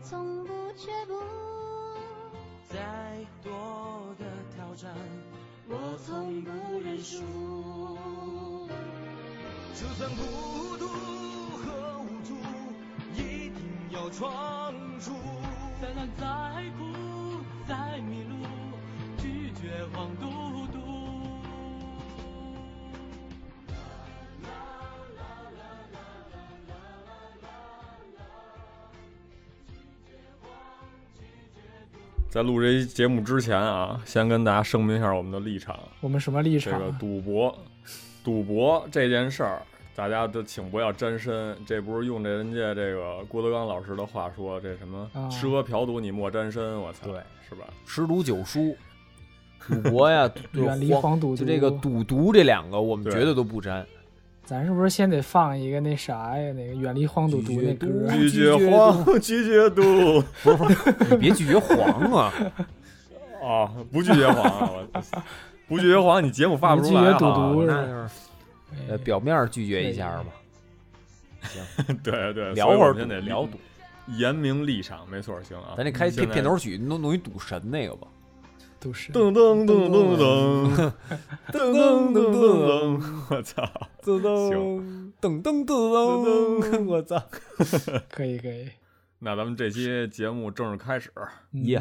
从不却步。 再多的挑战，我从不认输。就算孤独和无助，一定要闯出。再难再苦再迷路，拒绝黄嘟嘟。 在录这期节目之前啊，先跟大家声明一下我们的立场。 我们什么立场？ 这个赌博这件事儿，大家都请不要沾身。这不是用这人家这个郭德纲老师的话说，这什么吃喝嫖赌你莫沾身，我操， 对， 是吧？ 吃赌酒输，赌博呀， 远离黄赌毒。 就这个赌毒这两个，我们绝对都不沾。 咱是不是先得放一个那啥呀？那个远离黄赌毒那歌？ 拒绝黄，拒绝赌， 不是，你别拒绝黄啊！ 啊，不拒绝黄啊！我不拒绝黄，你节目发不出来。 拒绝赌毒是吧？表面拒绝一下吧。 行，对对， 聊会儿先得聊赌， 言明立场，没错，行啊。 咱这开片头曲弄一赌神那个吧。 都是噔噔噔噔噔噔噔噔噔，我操！ 行，噔噔噔，我操！ 可以可以。 那咱们这期节目正式开始。 耶！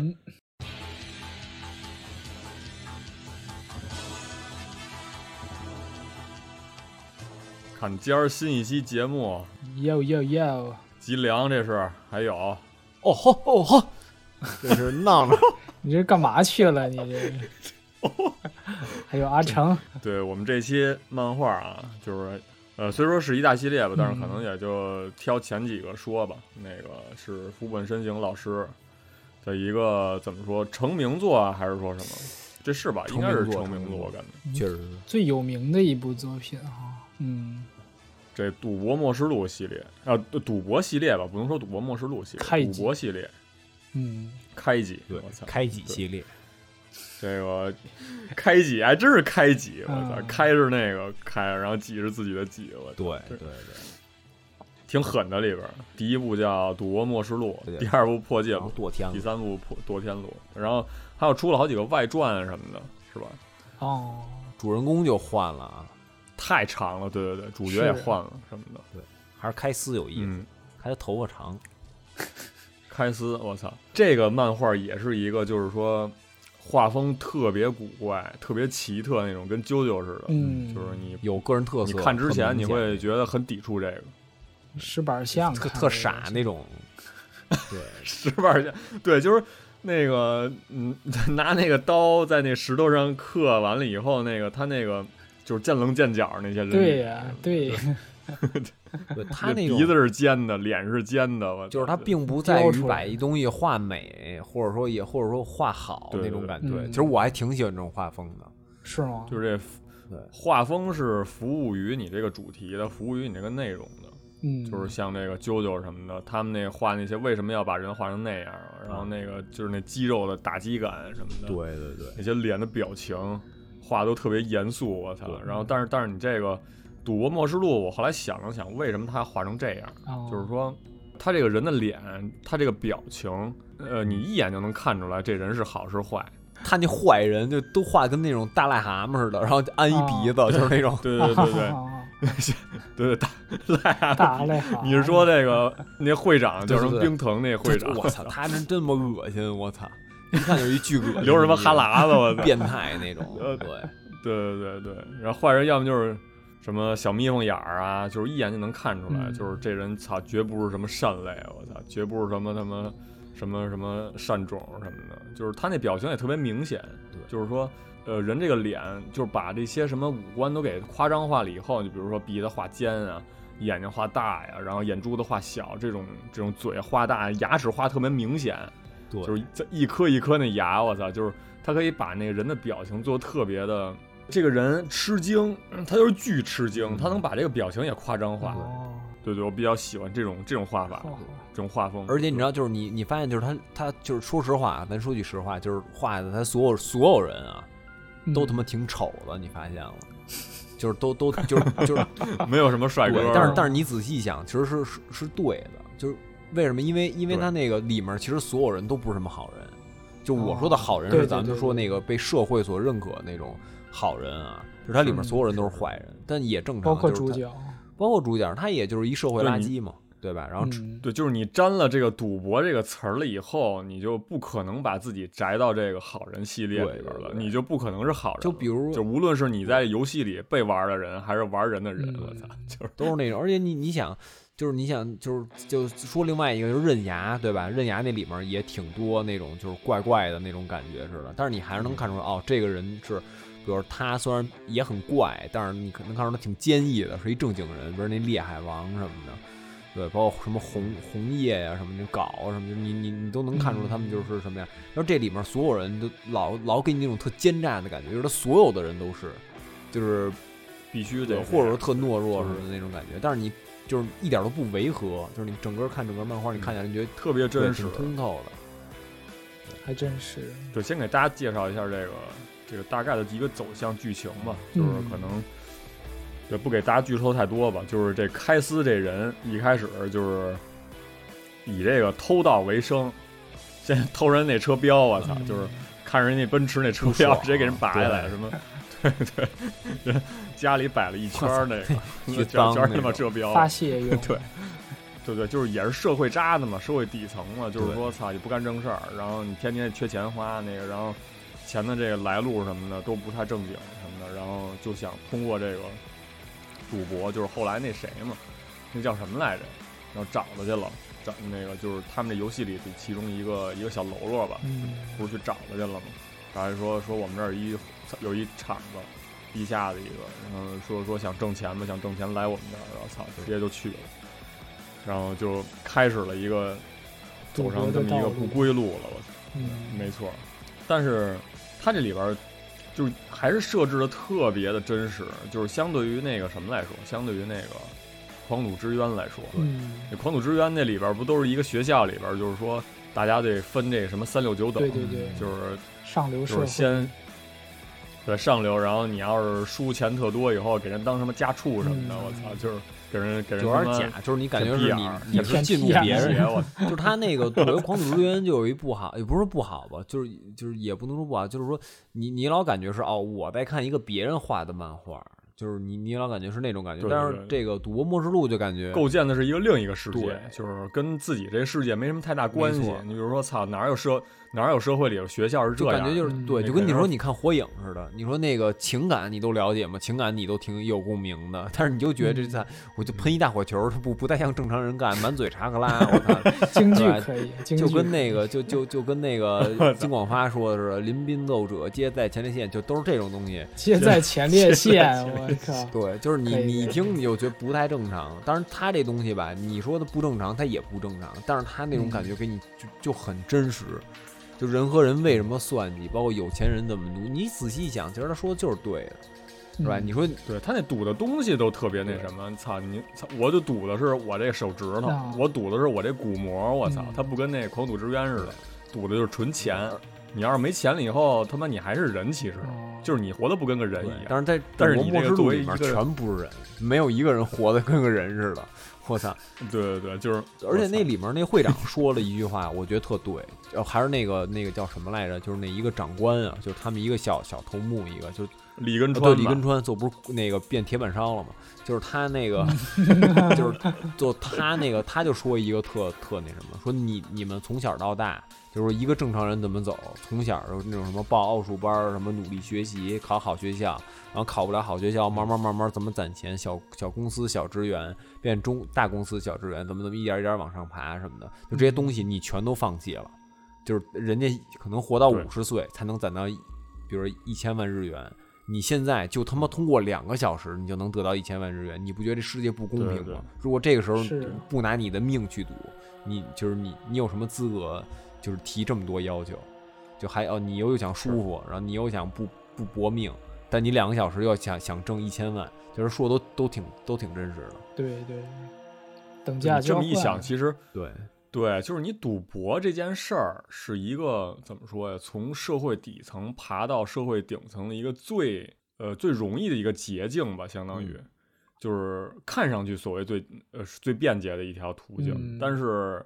看今儿新一期节目， 哟， 吉良这是还有哦吼，这是闹闹。 你这干嘛去了？你这还有阿成。 对，我们这期漫画啊，就是虽说是一大系列吧，但是可能也就挑前几个说吧。那个是福本伸行老师的一个怎么说成名作啊，还是说什么？这是吧？应该是成名作，我感觉确实是最有名的一部作品啊。 这《赌博默示录》系列啊，赌博系列吧，不能说《赌博默示录》系列，赌博系列。开几， 对，开几系列， 这个开几还真是开几，我操，开是那个开，然后几是自己的几，我对， 挺狠的里边。第一部叫《赌博默示录》，第二部《破戒录》，第三部《堕天录》，然后还有出了好几个外传什么的，是吧？ 哦， 主人公就换了啊， 太长了，对，主角也换了什么的， 对，还是开司有意思，开的头发长。 开司，我操！这个漫画也是一个，就是说画风特别古怪、特别奇特那种，跟啾啾似的。就是你有个人特色。 你看之前你会觉得很抵触这个， 石板像特傻那种。 对，石板像，对，就是那个拿那个刀在那石头上刻完了以后，那个他那个就是见棱见角那些人。 对呀，对。 对，他那鼻子是尖的，脸是尖的， 就是他并不在于把一东西画美，或者说画好那种感觉。其实我还挺喜欢这种画风的。 是吗？ 就是这画风是服务于你这个主题的，服务于你这个内容的。就是像这个啾啾什么的，他们那画那些为什么要把人画成那样，然后那个就是那肌肉的打击感什么的。 对， 那些脸的表情画都特别严肃，我操！然后但是你这个。赌博默示录，我后来想了想，为什么他画成这样？就是说，他这个人的脸，他这个表情，你一眼就能看出来这人是好是坏。 他那坏人就都画跟那种大癞蛤蟆似的，然后安一鼻子，就是那种。 对，对，大癞蛤蟆。 你是说那个那会长叫什么冰藤那会长？ 我操，他真么恶心！我操，一看就是一巨恶心， 流什么哈喇子，我操， 变态那种。 对，然后坏人要么就是什么小蜜蜂眼儿啊，就是一眼就能看出来，就是这人操绝不是什么善类，我操，绝不是什么什么善种什么的，就是他那表情也特别明显，就是说人这个脸就是把这些什么五官都给夸张化了以后，就比如说鼻子画尖啊，眼睛画大呀，然后眼珠子画小，这种嘴画大，牙齿画特别明显，就是一颗一颗那牙，我操，就是他可以把那个人的表情做特别的。这个人吃惊，他就是巨吃惊，他能把这个表情也夸张化。对，我比较喜欢这种画法，这种画风。 而且你知道，就是你发现，就是他就是说实话，咱说句实话，就是画的他所有人啊，都他妈挺丑的，你发现了？就是就是没有什么帅哥。 但是你仔细想，其实是对的，就是为什么？因为他那个里面其实所有人都不是什么好人。就我说的好人是咱们说那个被社会所认可那种好人啊，就是他里面所有人都是坏人，但也正常， 包括主角， 他也就是一社会垃圾嘛，对吧？然后对，就是你沾了这个赌博这个词儿了以后，你就不可能把自己摘到这个好人系列里边了，你就不可能是好人。 就比如， 就无论是你在游戏里被玩的人，还是玩人的人，我操，就是都是那种。而且你想。就说另外一个就是刃牙，对吧？刃牙那里面也挺多那种就是怪怪的那种感觉似的，但是你还是能看出来哦，这个人是，比如他虽然也很怪，但是你可能看出他挺坚毅的，是一正经人，比如那烈海王什么的，对，包括什么红叶呀、什么的镐什么的，你都能看出他们就是什么样。然后这里面所有人都老给你那种特奸诈的感觉，就是他所有的人都是，就是必须得， 或者说特懦弱似的那种感觉，但是你。就是一点都不违和，就是你整个漫画，你看起来你觉得特别真实、 通透的， 还真是。 对，先给大家介绍一下这个大概的一个走向剧情吧，就是可能也不给大家剧透太多吧。就是这开司这人一开始就是以这个偷盗为生，先偷人那车标，我操，就是看人家奔驰那车标，直接给人拔下来，什么。对，人家里摆了一圈那个，全是他妈这标发泄用。 对，就是也是社会渣的嘛，社会底层嘛，就是说操也不干正事儿，然后你天天缺钱花那个，然后钱的这个来路什么的都不太正经什么的，然后就想通过这个赌博，就是后来那谁嘛，那叫什么来着，然后找他去了，找那个就是他们这游戏里其中一个小喽啰吧，不是去找他去了吗？然后说我们这儿有一厂子，地下的一个，然后说想挣钱嘛，想挣钱来我们这儿，然后操，直接就去了，然后就开始了一个走上这么一个不归路了，我操，没错。但是他这里边就是还是设置的特别的真实，就是相对于那个什么来说，相对于那个狂赌之渊来说，这狂赌之渊那里边不都是一个学校里边，就是说大家得分这什么3、6、9等， 对， 就是上流社会， 就是先。对上流，然后你要是输钱特多以后，给人当什么家畜什么的，我操，就是给人有点假，就是你感觉是你是进入别人，就是他那个《狂赌之渊》就有一不好，也不是不好吧，就是也不能说不好，就是说你老感觉是哦，我在看一个别人画的漫画。就是你老感觉是那种感觉， 对， 但是这个《赌博默示录》就感觉构建的是另一个世界，就是跟自己这个世界没什么太大关系。你比如说，操，哪有社会里的学校是这样？ 感觉就是对，就跟你说你看《火影》似的，你说那个情感你都了解吗？情感你都挺有共鸣的，但是你就觉得这菜，我就喷一大火球，它不太像正常人干，满嘴查克拉，我操， 京剧可以， 就跟那个就跟那个金广发说的是，临兵斗者皆在前列腺，就都是这种东西， 皆在前列腺。我靠！ 对，就是你一听你就觉得不太正常。当然，他这东西吧，你说的不正常，他也不正常。但是他那种感觉给你就很真实，就人和人为什么算计，包括有钱人怎么赌，你仔细一想，其实他说的就是对的，是吧？你说， 对他那赌的东西都特别那什么，操你，我就赌的是我这手指头，我赌的是我这鼓膜，我操，他不跟那狂赌之渊似的，赌的就是纯钱。你要是没钱了以后，他妈你还是人，其实就是你活得不跟个人一样。但是你这个作为一个全不是人，没有一个人活得跟个人似的。我操！ 对，就是， 而且那里面那会长说了一句话，我觉得特对，还是那个叫什么来着？就是那一个长官啊，就是他们一个小头目一个，就是李根川， 李根川，就不是那个变铁板烧了吗？就是他那个，就他那个，他就说一个特那什么，说你们从小到大。就是一个正常人怎么走，从小那种什么报奥数班，什么努力学习，考好学校，然后考不了好学校，慢慢怎么攒钱，小公司小职员变大公司小职员，怎么一点一点往上爬什么的，就这些东西你全都放弃了。就是人家可能活到50岁才能攒到，比如1000万日元，你现在就他妈通过2个小时你就能得到1000万日元，你不觉得这世界不公平吗？ 对， 如果这个时候不拿你的命去赌，你有什么资格？就是提这么多要求，就还你又想舒服，然后你又想不搏命，但你2个小时又想挣1000万，就是说都挺真实的。 对，等价交换。 这么一想，其实对， 就是你赌博这件事儿是一个怎么说呀？从社会底层爬到社会顶层的一个最容易的一个捷径吧，相当于就是看上去所谓最便捷的一条途径，但是。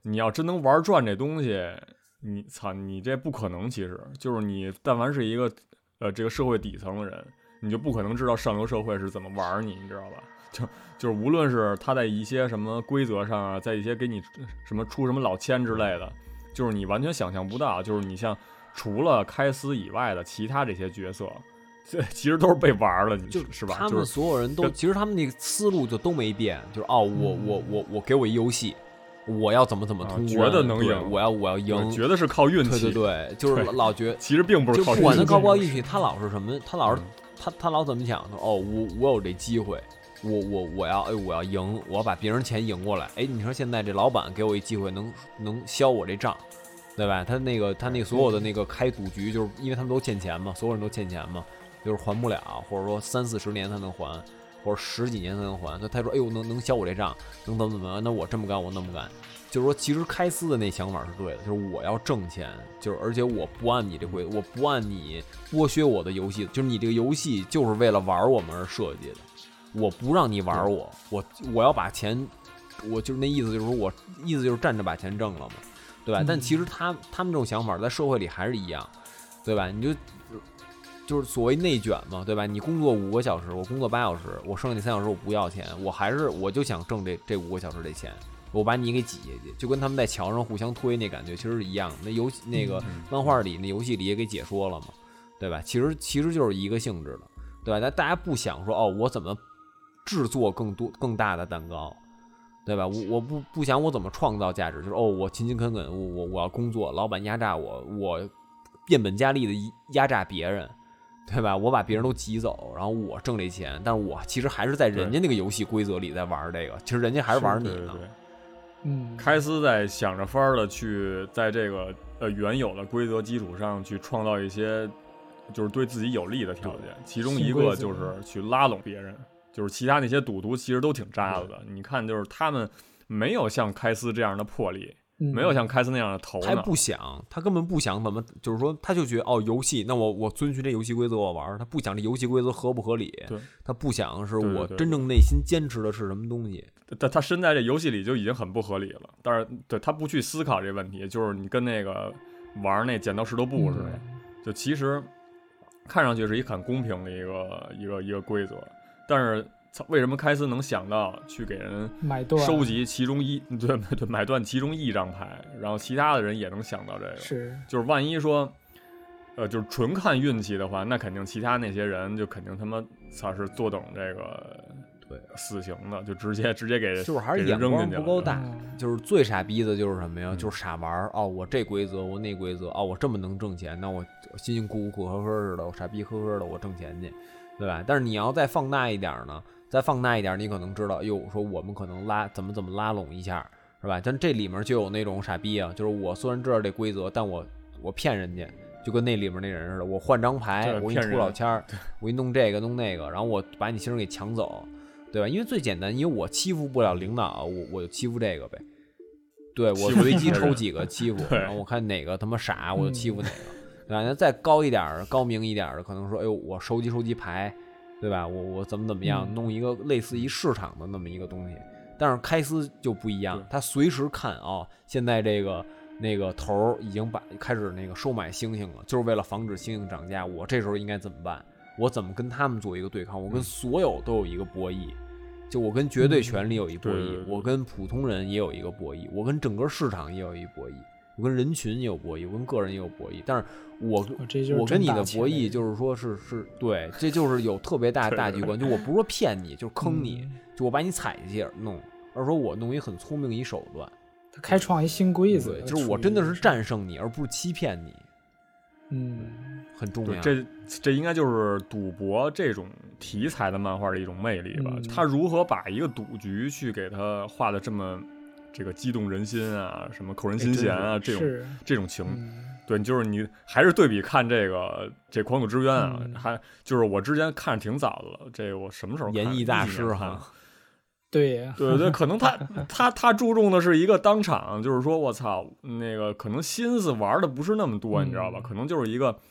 你要真能玩转这东西，你这不可能。其实就是你但凡是一个这个社会底层的人，你就不可能知道上流社会是怎么玩你知道吧？就是无论是他在一些什么规则上啊，在一些给你什么出什么老千之类的，就是你完全想象不到。就是你像除了开司以外的其他这些角色，这其实都是被玩了，是吧？ 他们所有人都，其实他们那个思路就都没变，就是我给我一游戏，我要怎么通关， 觉得能赢， 我要赢， 觉得是靠运气， 对，就是老觉其实并不是靠运气， 不管他靠不靠运气，他老是什么，他老是他老怎么想的？我有这机会。我要赢，我要把别人钱赢过来。你说现在这老板给我一机会，能消我这账，对吧？他那个所有的那个开赌局，就是因为他们都欠钱嘛，所有人都欠钱嘛，就是还不了，或者说30-40年才能还，或者10几年才能还。他说能消我这账，能怎么？那我这么干，我那么干。就是说，其实开司的那想法是对的，就是我要挣钱，就是而且我不按你这规，我不按你剥削我的游戏，就是你这个游戏就是为了玩我们而设计的。我不让你玩我要把钱，我就是那意思，就是说我意思就是站着把钱挣了嘛，对吧？但其实他们这种想法在社会里还是一样，对吧？你就是所谓内卷嘛，对吧？你工作5个小时，我工作8小时，我剩下那3小时我不要钱，我就想挣这5个小时这钱，我把你给挤下去，就跟他们在桥上互相推那感觉其实是一样的。那个漫画里那游戏里也给解说了嘛，对吧？其实就是一个性质的，对吧？但大家不想说我怎么制作更大的蛋糕，对吧？我不想我怎么创造价值，就是我勤勤恳恳，我要工作，老板压榨我变本加厉的压榨别人，对吧？我把别人都挤走，然后我挣这钱，但是我其实还是在人家那个游戏规则里在玩这个，其实人家还是玩你呢。 开司在想着法儿的去在这个原有的规则基础上去创造一些就是对自己有利的条件，其中一个就是去拉拢别人。就是其他那些赌徒其实都挺渣子的，你看，就是他们没有像开司这样的魄力，没有像开司那样的头脑， 他根本不想怎么，就是说，他就觉得游戏，那我遵循这游戏规则我玩，他不想这游戏规则合不合理，他不想是我真正内心坚持的是什么东西。 他身在这游戏里就已经很不合理了，但是对他不去思考这问题，就是你跟那个玩那剪刀石头布似的，就其实看上去是一很公平的一个规则。但是为什么开司能想到去给人收集其中对买断其中1张牌，然后其他的人也能想到这个，就是万一说就是纯看运气的话，那肯定其他那些人就肯定他妈是坐等这个死刑的，就直接给就是还是眼光不够大，就是最傻逼的就是什么呀？就是傻玩我这规则我那规则我这么能挣钱，那我辛辛苦苦呵呵似的，我傻逼呵呵的我挣钱去。对吧？但是你要再放大一点呢，你可能知道，说我们可能怎么拉拢一下，是吧？但这里面就有那种傻逼啊，就是我虽然知道这规则，但我骗人家，就跟那里面那人似的，我换张牌，我给你出老千儿，我给你弄这个弄那个，然后我把你星儿给抢走，对吧？因为最简单，因为我欺负不了领导，我就欺负这个呗。对，我随机抽几个欺负，然后我看哪个他妈傻，我就欺负哪个。对吧？那再高明一点的，可能说，我收集牌，对吧？我怎么样，弄一个类似于市场的那么一个东西。但是开司就不一样，他随时看现在那个头已经开始那个收买猩猩了，就是为了防止猩猩涨价。我这时候应该怎么办？我怎么跟他们做一个对抗？我跟所有都有一个博弈，就我跟绝对权力有一博弈，我跟普通人也有一个博弈，我跟整个市场也有一博弈。我跟人群也有博弈，我跟个人也有博弈，但是我跟你的博弈就是说是对，这就是有特别大的大局观，就我不是说骗你，就是坑你，就我把你踩下去弄，而说我弄一很聪明一手段， 他开创一新规则， 就是我真的是战胜你，而不是欺骗你，很重要。 这应该就是赌博这种题材的漫画的一种魅力吧？他如何把一个赌局去给他画的这么。这个激动人心啊，什么扣人心弦啊，这种情，对，就是你还是对比看这狂赌之渊啊，还就是我之前看着挺早的了，这我什么时候看？ 演绎大师哈， 对， 可能他注重的是一个当场，就是说我操，那个可能心思玩的不是那么多，你知道吧？可能就是一个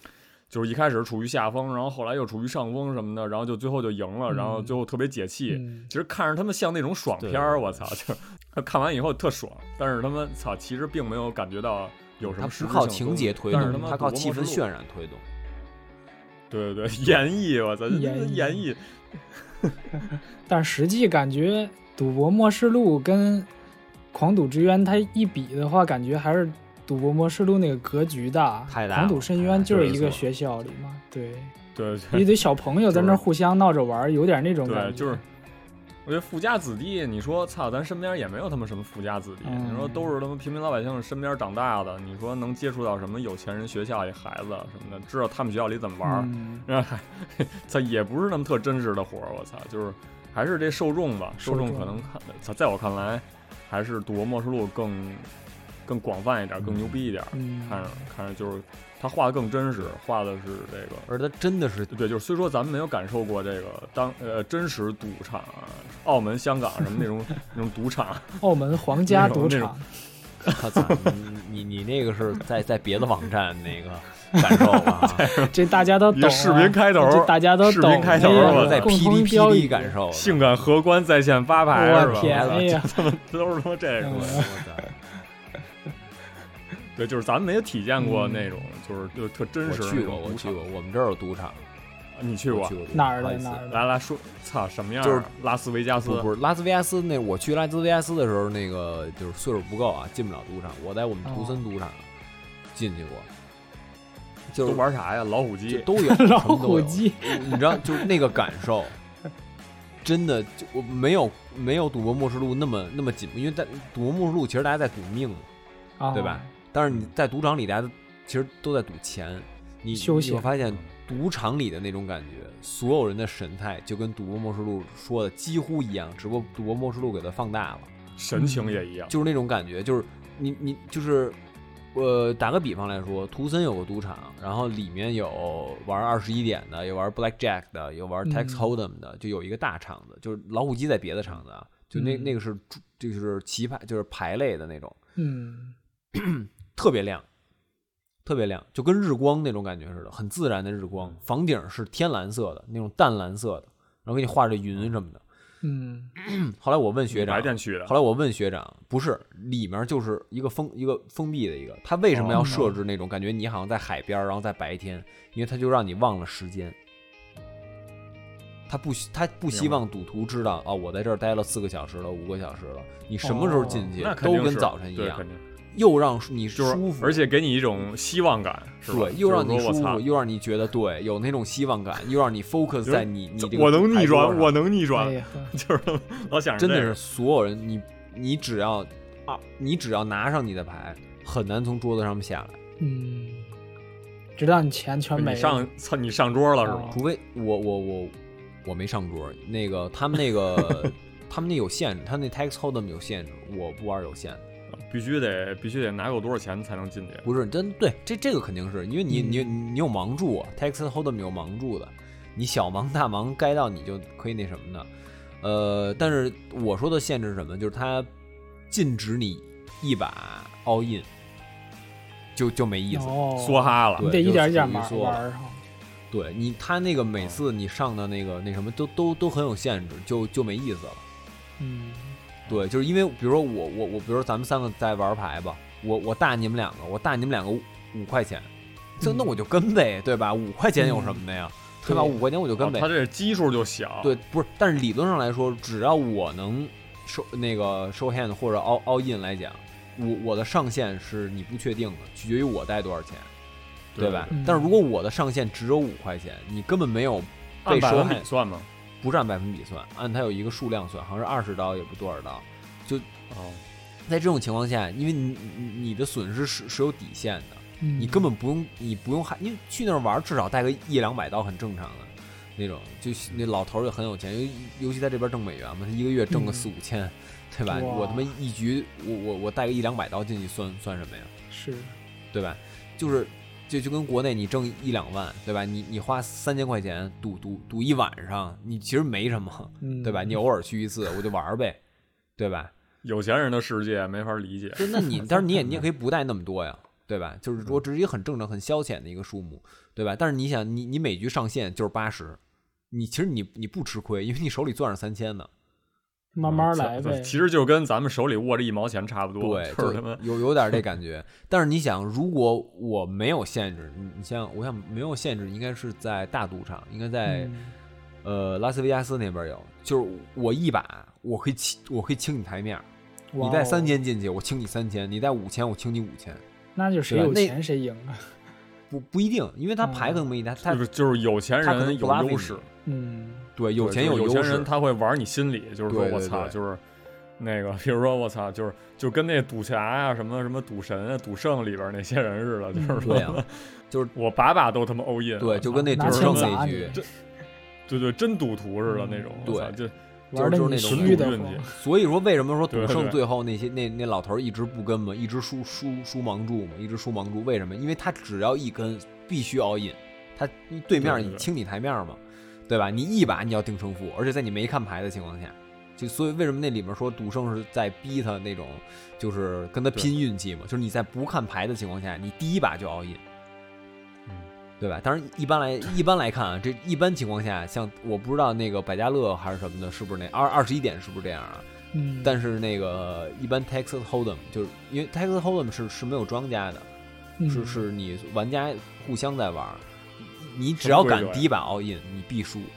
就是一开始处于下风，然后后来又处于上风什么的，然后就最后就赢了，然后最后特别解气。其实看着他们像那种爽片儿，我操，就看完以后特爽，但是他们操，其实并没有感觉到有什么实质性的东西。 他不靠情节推动，他靠气氛渲染推动。 对对对，演绎，我操，演绎。 但实际感觉《赌博默示录》跟《狂赌之渊》它一比的话，感觉还是《赌博默示录》那个格局大， 太大。 狂赌深渊就是一个学校里嘛，对对， 一堆小朋友在那互相闹着玩，有点那种感觉。 对，就是我觉得富家子弟，你说操，咱身边也没有他们什么富家子弟，你说都是他们平民老百姓身边长大的，你说能接触到什么有钱人学校里孩子什么的，知道他们学校里怎么玩，然后他也不是那么特真实的活儿，我操，就是还是这受众吧，受众可能在我看来，还是《赌博默示录》更广泛一点，更牛逼一点，看着就是他画的更真实，画的是这个， 而他真的是对，就是虽说咱们没有感受过这个真实赌场啊，澳门、香港什么那种赌场， 澳门皇家赌场， 我操，你那个是在别的网站那个感受吧？ 这大家都懂、啊， 视频开头， 这大家都懂， 视频开头， 我在霹雳霹雳感受， 性感荷官在线发牌是吧？ 我天，哎呀， 他们都是说这个。对，就是咱们没有体验过那种，就特真实。 我去过，我们这儿有赌场。 你去过？ 哪儿的？ 来说，操，什么样？ 就是拉斯维加斯。 不是拉斯维加斯那，我去拉斯维加斯的时候，那个就是岁数不够啊，进不了赌场。我在我们图森赌场进去过。就是都玩啥呀？老虎机都有， 老虎机， 你知道，就是那个感受，真的就我没有赌博默示录那么紧，因为在赌博默示录其实大家在赌命，对吧？但是你在赌场里，大家其实都在赌钱。你会发现赌场里的那种感觉，所有人的神态就跟《赌博默示录》说的几乎一样，只不过《赌博默示录》给它放大了， 神情也一样， 就是那种感觉，就是你就是打个比方来说，图森有个赌场，然后里面有玩21点的，有玩 Blackjack 的，有玩 Texas Hold'em 的，就有一个大场子，就是老虎机在别的场子啊，就那个是就是棋牌，就是牌类的那种，特别亮，特别亮，就跟日光那种感觉似的，很自然的日光。房顶是天蓝色的，那种淡蓝色的，然后给你画着云什么的。后来我问学长， 白天去的。 后来我问学长，不是，里面就是一个封闭的一个，他为什么要设置那种感觉？你好像在海边，然后在白天，因为他就让你忘了时间。他不希望赌徒知道啊，我在这儿待了4个小时了，5个小时了，你什么时候进去都跟早晨一样。又让你舒服， 而且给你一种希望感，是吧？ 对，又让你舒服，又让你觉得对，有那种希望感，又让你 focus 在你这个我能逆转，我能逆转，就是老想真的是所有人，你只要拿上你的牌，很难从桌子上面下来。 直到你钱全没了。 你上桌了是吗？ 除非我没上桌，那个他们那个他们那有限制，他那 Texas Hold'em 有限制，我不玩有限的。 必须得拿够多少钱才能进去？ 不是，真对，这个肯定是因为你有盲注啊 ，Texas Hold'em 有盲注的，你小盲大盲该到你就可以那什么的。但是我说的限制是什么？就是它禁止你一把 all in， 就没意思， 梭哈了， 你得一点一点玩。 对你，他那个每次你上的那什么都很有限制，就没意思了。对，就是因为比如说我比如说咱们3个在玩牌吧，我大你们2个5块钱，那我就跟呗，对吧？5块钱有什么的呀？对吧？5块钱我就跟呗。 他这基数就小。 对，不是，但是理论上来说，只要我能收 hand 或者 all in 来讲，我的上限是你不确定的，取决于我带多少钱，对吧？但是如果我的上限只有5块钱，你根本没有被收 hand 算吗？ 不是按百分比算，按它有一个数量算，好像是20刀也不多少刀，就在这种情况下，因为你的损失是有底线的，你根本不用害，因为去那儿玩至少带个100-200刀很正常的那种，就那老头也很有钱，尤其在这边挣美元嘛，他一个月挣个4-5千，对吧？我他妈一局我带个100-200刀进去算什么呀？ 是， 对吧？就跟国内你挣1-2万，对吧？你花3000块钱赌一晚上，你其实没什么，对吧？你偶尔去一次，我就玩呗，对吧？ 有钱人的世界没法理解。 那但是你也可以不带那么多呀， 对吧？就是说这是一个很正常、很消遣的一个数目，对吧？但是你想，你每局上限就是80，其实你不吃亏，因为你手里攥着3000呢。 慢慢来呗。 其实就跟咱们手里握着1毛钱差不多， 对， 就是他妈有点这感觉。但是你想，如果我没有限制，我想没有限制，应该是在大赌场，应该在拉斯维加斯那边有，就是我一把我可以清你台面，你带3000进去，我清你3000；你带5000，我清你5000。 那就谁有钱谁赢啊？ 不一定，因为他牌可能没他就是有钱人有优势。 对，有钱有优势， 有钱人他会玩你心理，就是说我操，就是那个，比如说我操，就跟那赌侠呀、什么赌神啊、赌圣里边那些人似的，就是说， 就是我把都他妈欧印， 对，就跟那赌圣那局， 对，真赌徒似的那种， 对， 就是那种纯赌运气。 所以说，为什么说赌圣最后那老头一直不跟嘛，一直输盲注嘛，一直输盲注？为什么？因为他只要一跟，必须 all in， 他对面你清你台面嘛。对吧？你一把你要定胜负，而且在你没看牌的情况下，所以为什么那里面说赌圣是在逼他那种，就是跟他拼运气嘛？就是你在不看牌的情况下，你第一把就all in，对吧？当然一般来看啊，这一般情况下，像我不知道那个百家乐还是什么的，是不是那21点是不是这样啊？但是那个一般 Texas Hold'em 就是因为 Texas Hold'em 是没有庄家的，是你玩家互相在玩。你只要敢第一把 all in， 你必输。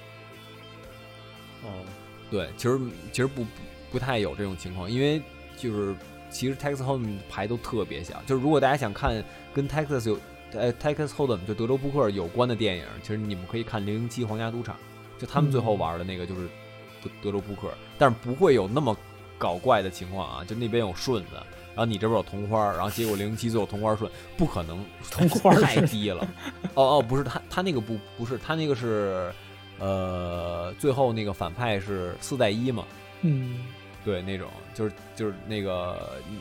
对，其实不太有这种情况，因为就是其实 Texas Hold'em 牌都特别小。就是如果大家想看跟 Texas Hold'em 就德州扑克有关的电影，其实你们可以看007皇家赌场，就他们最后玩的那个就是德州扑克，但是不会有那么搞怪的情况啊，就那边有顺子。然后你这边有同花，然后结果007最后同花顺，不可能， 同花太低了。不是他那个不是他那个是，最后那个反派是4带1嘛？对，那种就是那个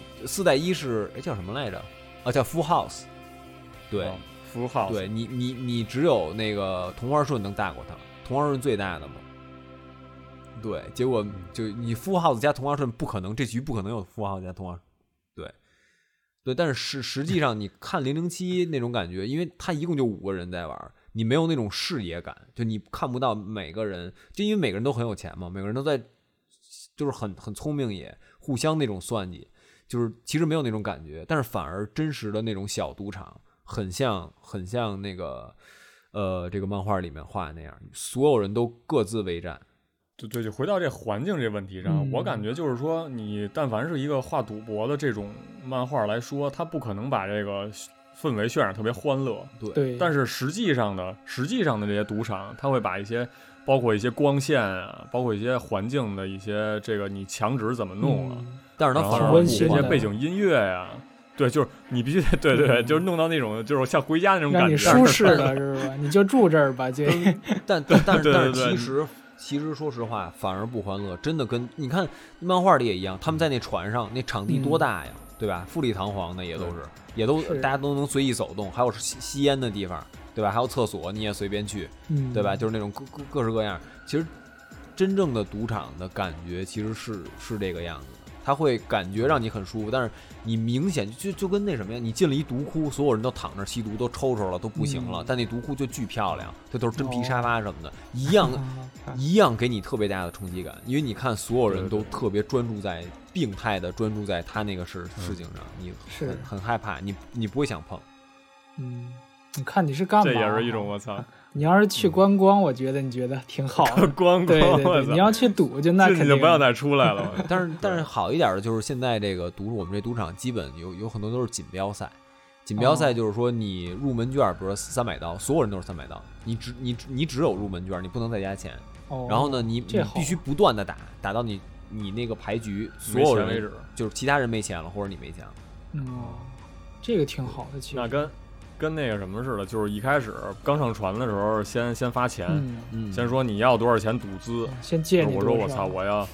4带1是叫什么来着？叫 Full House。对 ，Full House。 对你只有那个同花顺能大过他，同花顺最大的嘛。对，结果就你 Full House 加同花顺不可能，这局不可能有 Full House 加同花顺。对，但是实际上你看007那种感觉，因为他一共就5个人在玩，你没有那种视野感，就你看不到每个人，就因为每个人都很有钱嘛，每个人都在，就是很聪明，也互相那种算计，就是其实没有那种感觉，但是反而真实的那种小赌场，很像那个这个漫画里面画的那样，所有人都各自为战。 对，就回到这环境这问题上，我感觉就是说，你但凡是一个画赌博的这种漫画来说，它不可能把这个氛围渲染特别欢乐。 对。 但是实际上的这些赌场，它会把一些包括一些光线啊，包括一些环境的一些这个你墙纸怎么弄啊， 但是它反而这些背景音乐呀。对，就是你必须得对，就是弄到那种就是像回家那种感觉， 让你舒适的是吧？你就住这儿吧，就但是其实说实话，反而不欢乐，真的跟你看漫画里也一样，他们在那船上，那场地多大呀，对吧？富丽堂皇的也都大家都能随意走动，还有吸烟的地方，对吧？还有厕所你也随便去，对吧？就是那种各式各样。其实真正的赌场的感觉其实是这个样子的。它会感觉让你很舒服，但是你明显就跟那什么呀，你进了一毒窟，所有人都躺那吸毒，都抽了，都不行了，但那毒窟就巨漂亮，这都是真皮沙发什么的，一样给你特别大的冲击感，因为你看所有人都特别专注在病态的专注在他那个事情上，你很害怕，你不会想碰。 你看你是干嘛？ 这也是一种我操。 你要是去观光，我觉得你觉得挺好的。 观光， 对，你要去赌，就那肯定就不要再出来了。 但是好一点的就是现在这个我们这赌场基本有很多都是锦标赛。锦标赛就是说你入门券，比如说300刀，所有人都是300刀，你只有入门券，你不能再加钱。然后呢，你必须不断的打到你那个牌局所有人为止，就是其他人没钱了或者你没钱了。 这个挺好的，其实。 那跟那个什么似的，就是一开始刚上船的时候，先发钱，先说你要多少钱赌资， 先借你。 我说我操，我要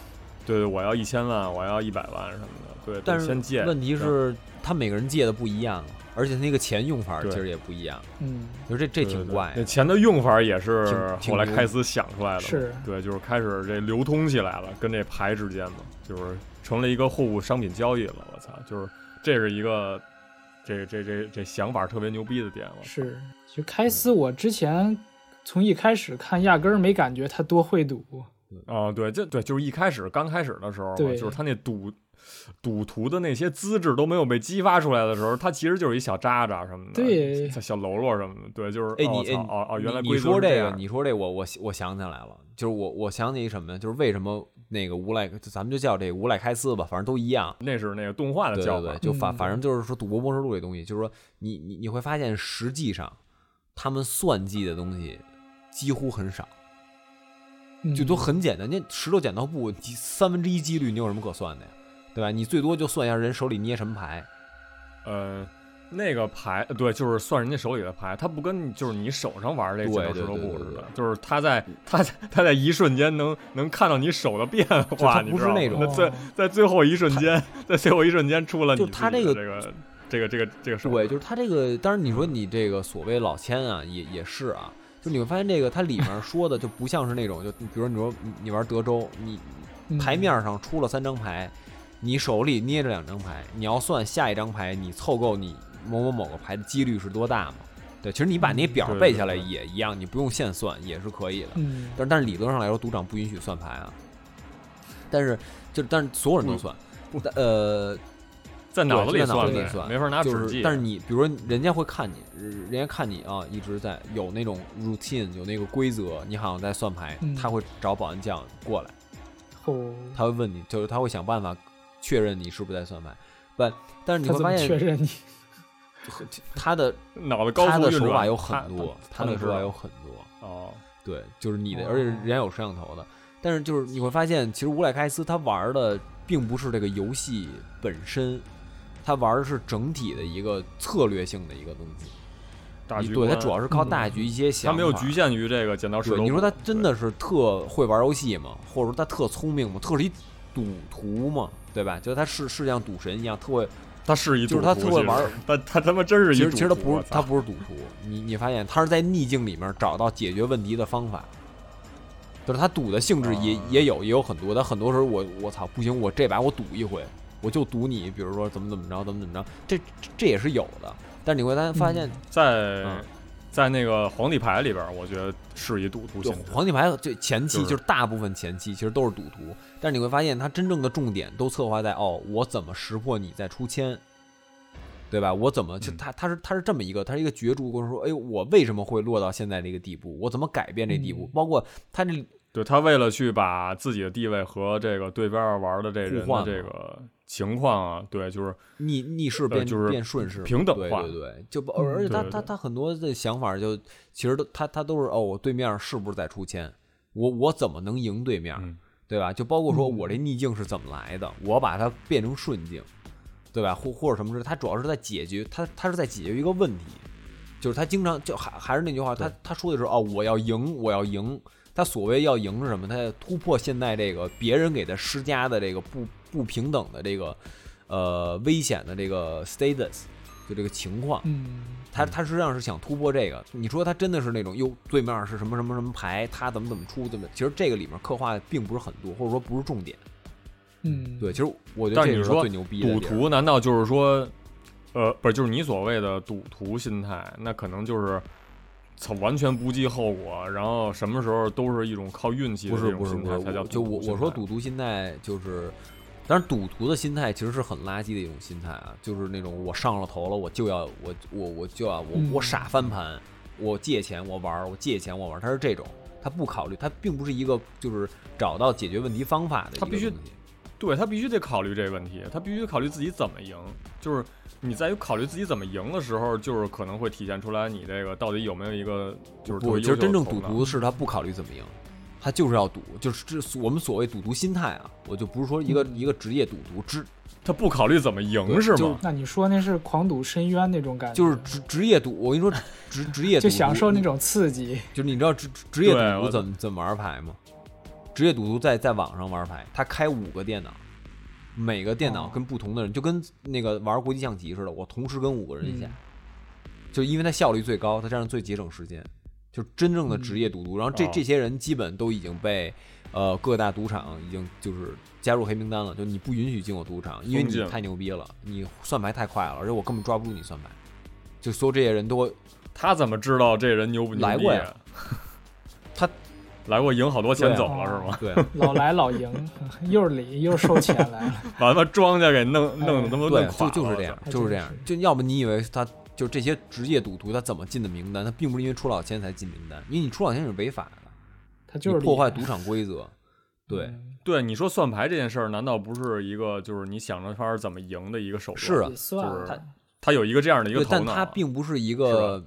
1000万，我要100万什么的，对， 但是先借。 问题是，他每个人借的不一样，而且那个钱用法其实也不一样，就是这挺怪。 那钱的用法也是后来开始想出来的， 是对，就是开始这流通起来了，跟这牌之间嘛，就是成了一个货物商品交易了。我操，就是这是一个这想法特别牛逼的点了。 是，就开司我之前从一开始看压根儿没感觉他多会赌。 对，就是刚开始的时候嘛， 对， 就是他那赌徒的那些资质都没有被激发出来的时候，他其实就是一小渣渣什么的， 对， 小喽啰什么的，对，就是原来你说这个， 你说这我想起来了，就是我想起什么呢？就是为什么那个咱们就叫这个无赖开司吧，反正都一样， 那是那个动画的叫法， 对，就反正就是说赌博默示录这东西，就是说你会发现实际上他们算计的东西几乎很少。就都很简单，那石头剪刀布1/3几率，你有什么可算的呀？对吧？你最多就算一下人手里捏什么牌。 那个牌，对，就是算人家手里的牌，他不跟就是你手上玩这剪刀石头布似的，就是他在一瞬间能看到你手的变化， 不是那种在最后一瞬间，出了你就他这个手， 对，就是他这个，当然你说你这个所谓老千啊，也是啊。就你会发现这个它里面说的就不像是那种，就比如说你玩德州，你台面上出了3张牌，你手里捏着2张牌，你要算下一张牌你凑够你某个牌的几率是多大嘛？对，其实你把那表背下来也一样，你不用现算也是可以的。但是理论上来说，赌场不允许算牌啊。但是所有人都算， 在脑子里算，没法拿纸记。但是你比如说人家会看你，人家看你啊，一直在有那种 routine， 有那个规则，你好像在算牌，他会找保安将过来，他会问你，就是他会想办法确认你是不是在算牌。但是你会发现， 确认你他的脑子高速运转， 他的手法有很多，他的手法有很多哦， 对，就是你的，而且人家有摄像头的。但是就是你会发现，其实乌赖开司他玩的并不是这个游戏本身。他玩的是整体的一个策略性的一个东西， 大局对，他主要是靠大局一些想法， 他没有局限于这个剪刀石头布。 你说他真的是特会玩游戏吗？或者说他特聪明吗？特是一赌徒吗？对吧？就他是像赌神一样，特会， 他是一赌徒， 就是他特会玩， 他他妈真是一赌徒。 其实他不是赌徒，你发现他是在逆境里面找到解决问题的方法。就是他赌的性质也有很多，但很多时候我操不行，我这把我赌一回。我就赌你，比如说怎么着，这也是有的。但是你会发现， 在那个皇帝牌里边，我觉得是一赌徒性质。 皇帝牌这前期就是大部分前期其实都是赌徒，但是你会发现，它真正的重点都策划在我怎么识破你再出千，对吧？我怎么就他是这么一个，他是一个角逐过程，说哎，我为什么会落到现在这个地步？我怎么改变这地步？包括他这。 对，他为了去把自己的地位和这个对边玩的这人的这个情况啊，对，就是逆势变就是变顺势平等化， 对，就而且他很多的想法就其实他都是我对面是不是在出千，我怎么能赢对面，对吧？就包括说我这逆境是怎么来的，我把它变成顺境，对吧？或者什么事，他主要是在解决他是在解决一个问题，就是他经常就还是那句话，他说的是我要赢。他所谓要赢是什么？他要突破现在这个别人给他施加的这个不平等的这个危险的这个 status， 就这个情况。他实际上是想突破这个。你说他真的是那种对面是什么牌，他怎么出其实这个里面刻画的并不是很多，或者说不是重点。对，其实我觉得这是最牛逼的。 赌徒难道就是说，不是就是你所谓的赌徒心态？那可能就是。完全不计后果，然后什么时候都是一种靠运气的这种心态才叫赌徒心态。 就我说赌徒心态就是，当然赌徒的心态其实是很垃圾的一种心态啊，就是那种我上了头了，我就要我傻翻盘，我借钱我玩，他是这种，他不考虑，他并不是一个就是找到解决问题方法的一个东西。 他必须得考虑这个问题，他必须考虑自己怎么赢，就是你在于考虑自己怎么赢的时候，就是可能会体现出来你这个到底有没有一个就是其实真正赌徒是他不考虑怎么赢，他就是要赌，就是这我们所谓赌徒心态啊，我就不是说一个职业赌徒他不考虑怎么赢是吗？ 那你说那是狂赌深渊那种感觉， 就是职业赌。我跟你说，职业赌就享受那种刺激。 就是你知道职业赌徒怎么玩牌吗？职业赌徒在网上玩牌，他开5个电脑，每个电脑跟不同的人，就跟那个玩国际象棋似的，我同时跟5个人下，就因为他效率最高，他这样最节省时间，就真正的职业赌徒。然后这些人基本都已经被各大赌场已经就是加入黑名单了，就你不允许进我赌场，因为你太牛逼了，你算牌太快了，而且我根本抓不住你算牌。就所有这些人都， 他怎么知道这人牛不牛逼？ 来过呀， 他来过，赢好多钱走了、是吗？ 对， 老来老赢，又是礼又是收钱来了， 把他妈庄家给弄得他妈对， 垮了。 就是这样，就是这样。就要不你以为他就这些职业赌徒他怎么进的名单？他并不是因为出老千才进名单，因为你出老千是违法的， 他就是破坏赌场规则。对。 对，你说算牌这件事儿，难道不是一个就是你想着法怎么赢的一个手段？ 是啊， 就是他有一个这样的一个头脑， 但他并不是一个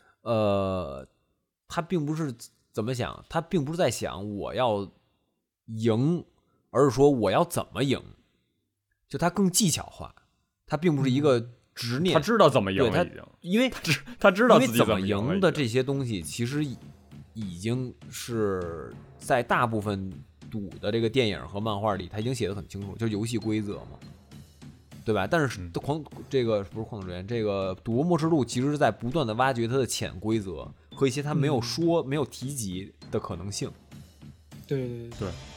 他并不是怎么想，他并不是在想我要赢，而是说我要怎么赢，就他更技巧化，他并不是一个执念， 他知道怎么赢了已经， 因为他知道自己怎么赢赢的这些东西，其实已经是在大部分赌的这个电影和漫画里，他已经写得很清楚，就是游戏规则嘛，对吧？但是这个不是旷赌之渊，这个赌博默示录其实是在不断的挖掘它的潜规则和一些他没有说、没有提及的可能性。 对，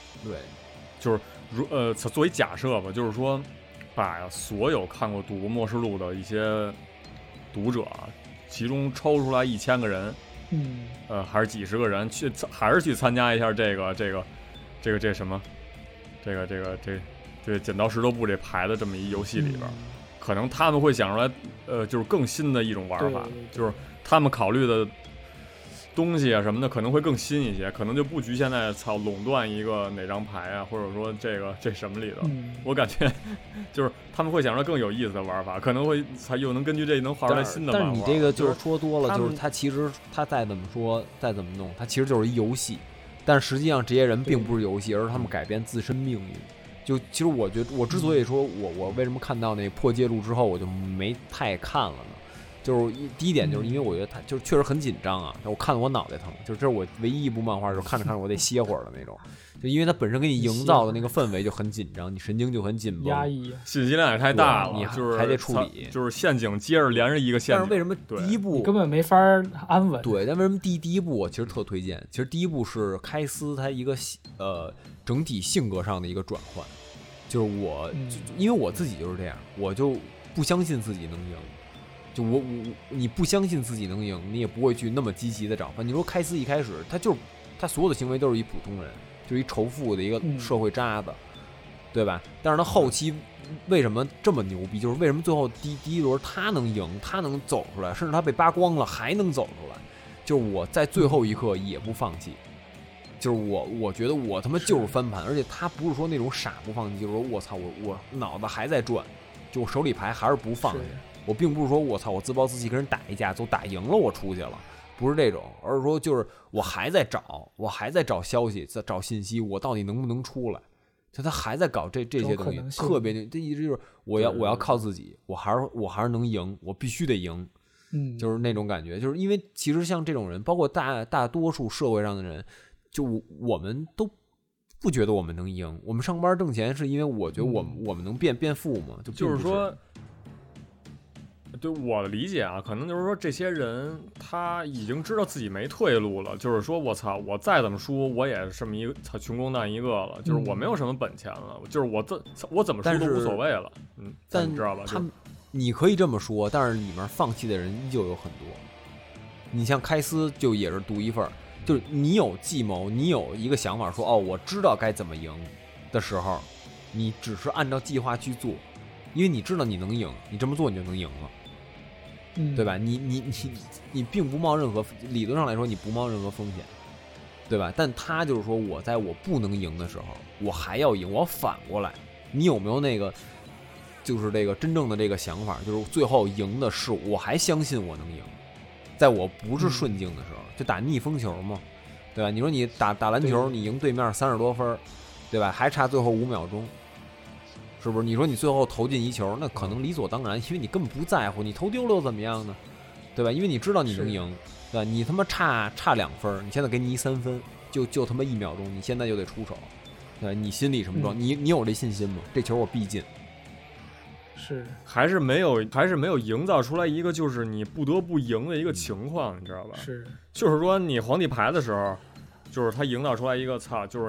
就是作为假设吧，就是说把所有看过《赌博默示录》的一些读者，其中抽出来1000个人，还是几十个人还是去参加一下这什么，这个剪刀石头布这牌的这么一游戏里边，可能他们会想出来，就是更新的一种玩法，就是他们考虑的东西啊什么的可能会更新一些，可能就不局限在垄断一个哪张牌啊，或者说这什么里头。我感觉就是他们会想出来更有意思的玩法，可能会才又能根据这能画出来新的漫画。 但是你这个就是说多了，就是他其实他再怎么说再怎么弄，他其实就是一游戏。但实际上这些人并不是游戏，而是他们改变自身命运。就其实我觉得，我之所以说我为什么看到那破戒录之后我就没太看了呢？就是第一点就是因为我觉得他就是确实很紧张啊，我看得我脑袋疼，就是这是我唯一一部漫画，就是看着我得歇会儿的那种。就因为它本身给你营造的那个氛围就很紧张，你神经就很紧绷， 压抑， 信息量也太大了， 你就是还得处理， 就是陷阱接着连着一个陷阱。 但是为什么第一部根本没法安稳？ 对，但为什么第一部我其实特推荐？其实第一部是开司他一个整体性格上的一个转换，就是因为我自己就是这样，我就不相信自己能赢。就你不相信自己能赢，你也不会去那么积极的找分。你说开司一开始他所有的行为都是一普通人，就是一仇富的一个社会渣子，对吧？但是他后期为什么这么牛逼？就是为什么最后第一轮他能赢，他能走出来，甚至他被扒光了还能走出来？就是我在最后一刻也不放弃，就是我觉得我他妈就是翻盘，而且他不是说那种傻不放弃，就是说我操我脑子还在转，就我手里牌还是不放弃。我并不是说我操我自暴自弃跟人打一架都打赢了我出去了，不是这种，而是说就是我还在找消息，在找信息，我到底能不能出来？他还在搞这些东西，特别这一直就是我要靠自己，我还是能赢，我必须得赢，就是那种感觉，就是因为其实像这种人，包括大多数社会上的人，就我们都不觉得我们能赢，我们上班挣钱是因为我觉得我们能变富嘛， 就是说。对我的理解啊，可能就是说这些人他已经知道自己没退路了，就是说我操，我再怎么输，我也是这么一个穷光蛋一个了，就是我没有什么本钱了，就是我怎么输都无所谓了。但你知道吧？ 你可以这么说，但是里面放弃的人依旧有很多。你像开司就也是独一份，就是你有计谋，你有一个想法说我知道该怎么赢的时候，你只是按照计划去做，因为你知道你能赢，你这么做你就能赢了。对吧？你并不冒任何，理论上来说你不冒任何风险，对吧？但他就是说我在我不能赢的时候，我还要赢，我要反过来。你有没有那个，就是这个真正的这个想法，就是最后赢的是我还相信我能赢，在我不是顺境的时候，就打逆风球嘛，对吧？你说你打篮球，你赢对面30多分，对吧？还差最后5秒钟。是不是？你说你最后投进一球，那可能理所当然，因为你根本不在乎，你投丢了又怎么样呢？对吧？因为你知道你能赢，对吧？你他妈差2分，你现在给你3分，就他妈1秒钟，你现在就得出手，对吧？你心里什么状？你有这信心吗？这球我必进。 是， 还是没有营造出来一个就是你不得不赢的一个情况，你知道吧？ 是， 就是说你皇帝牌的时候，就是他营造出来一个就是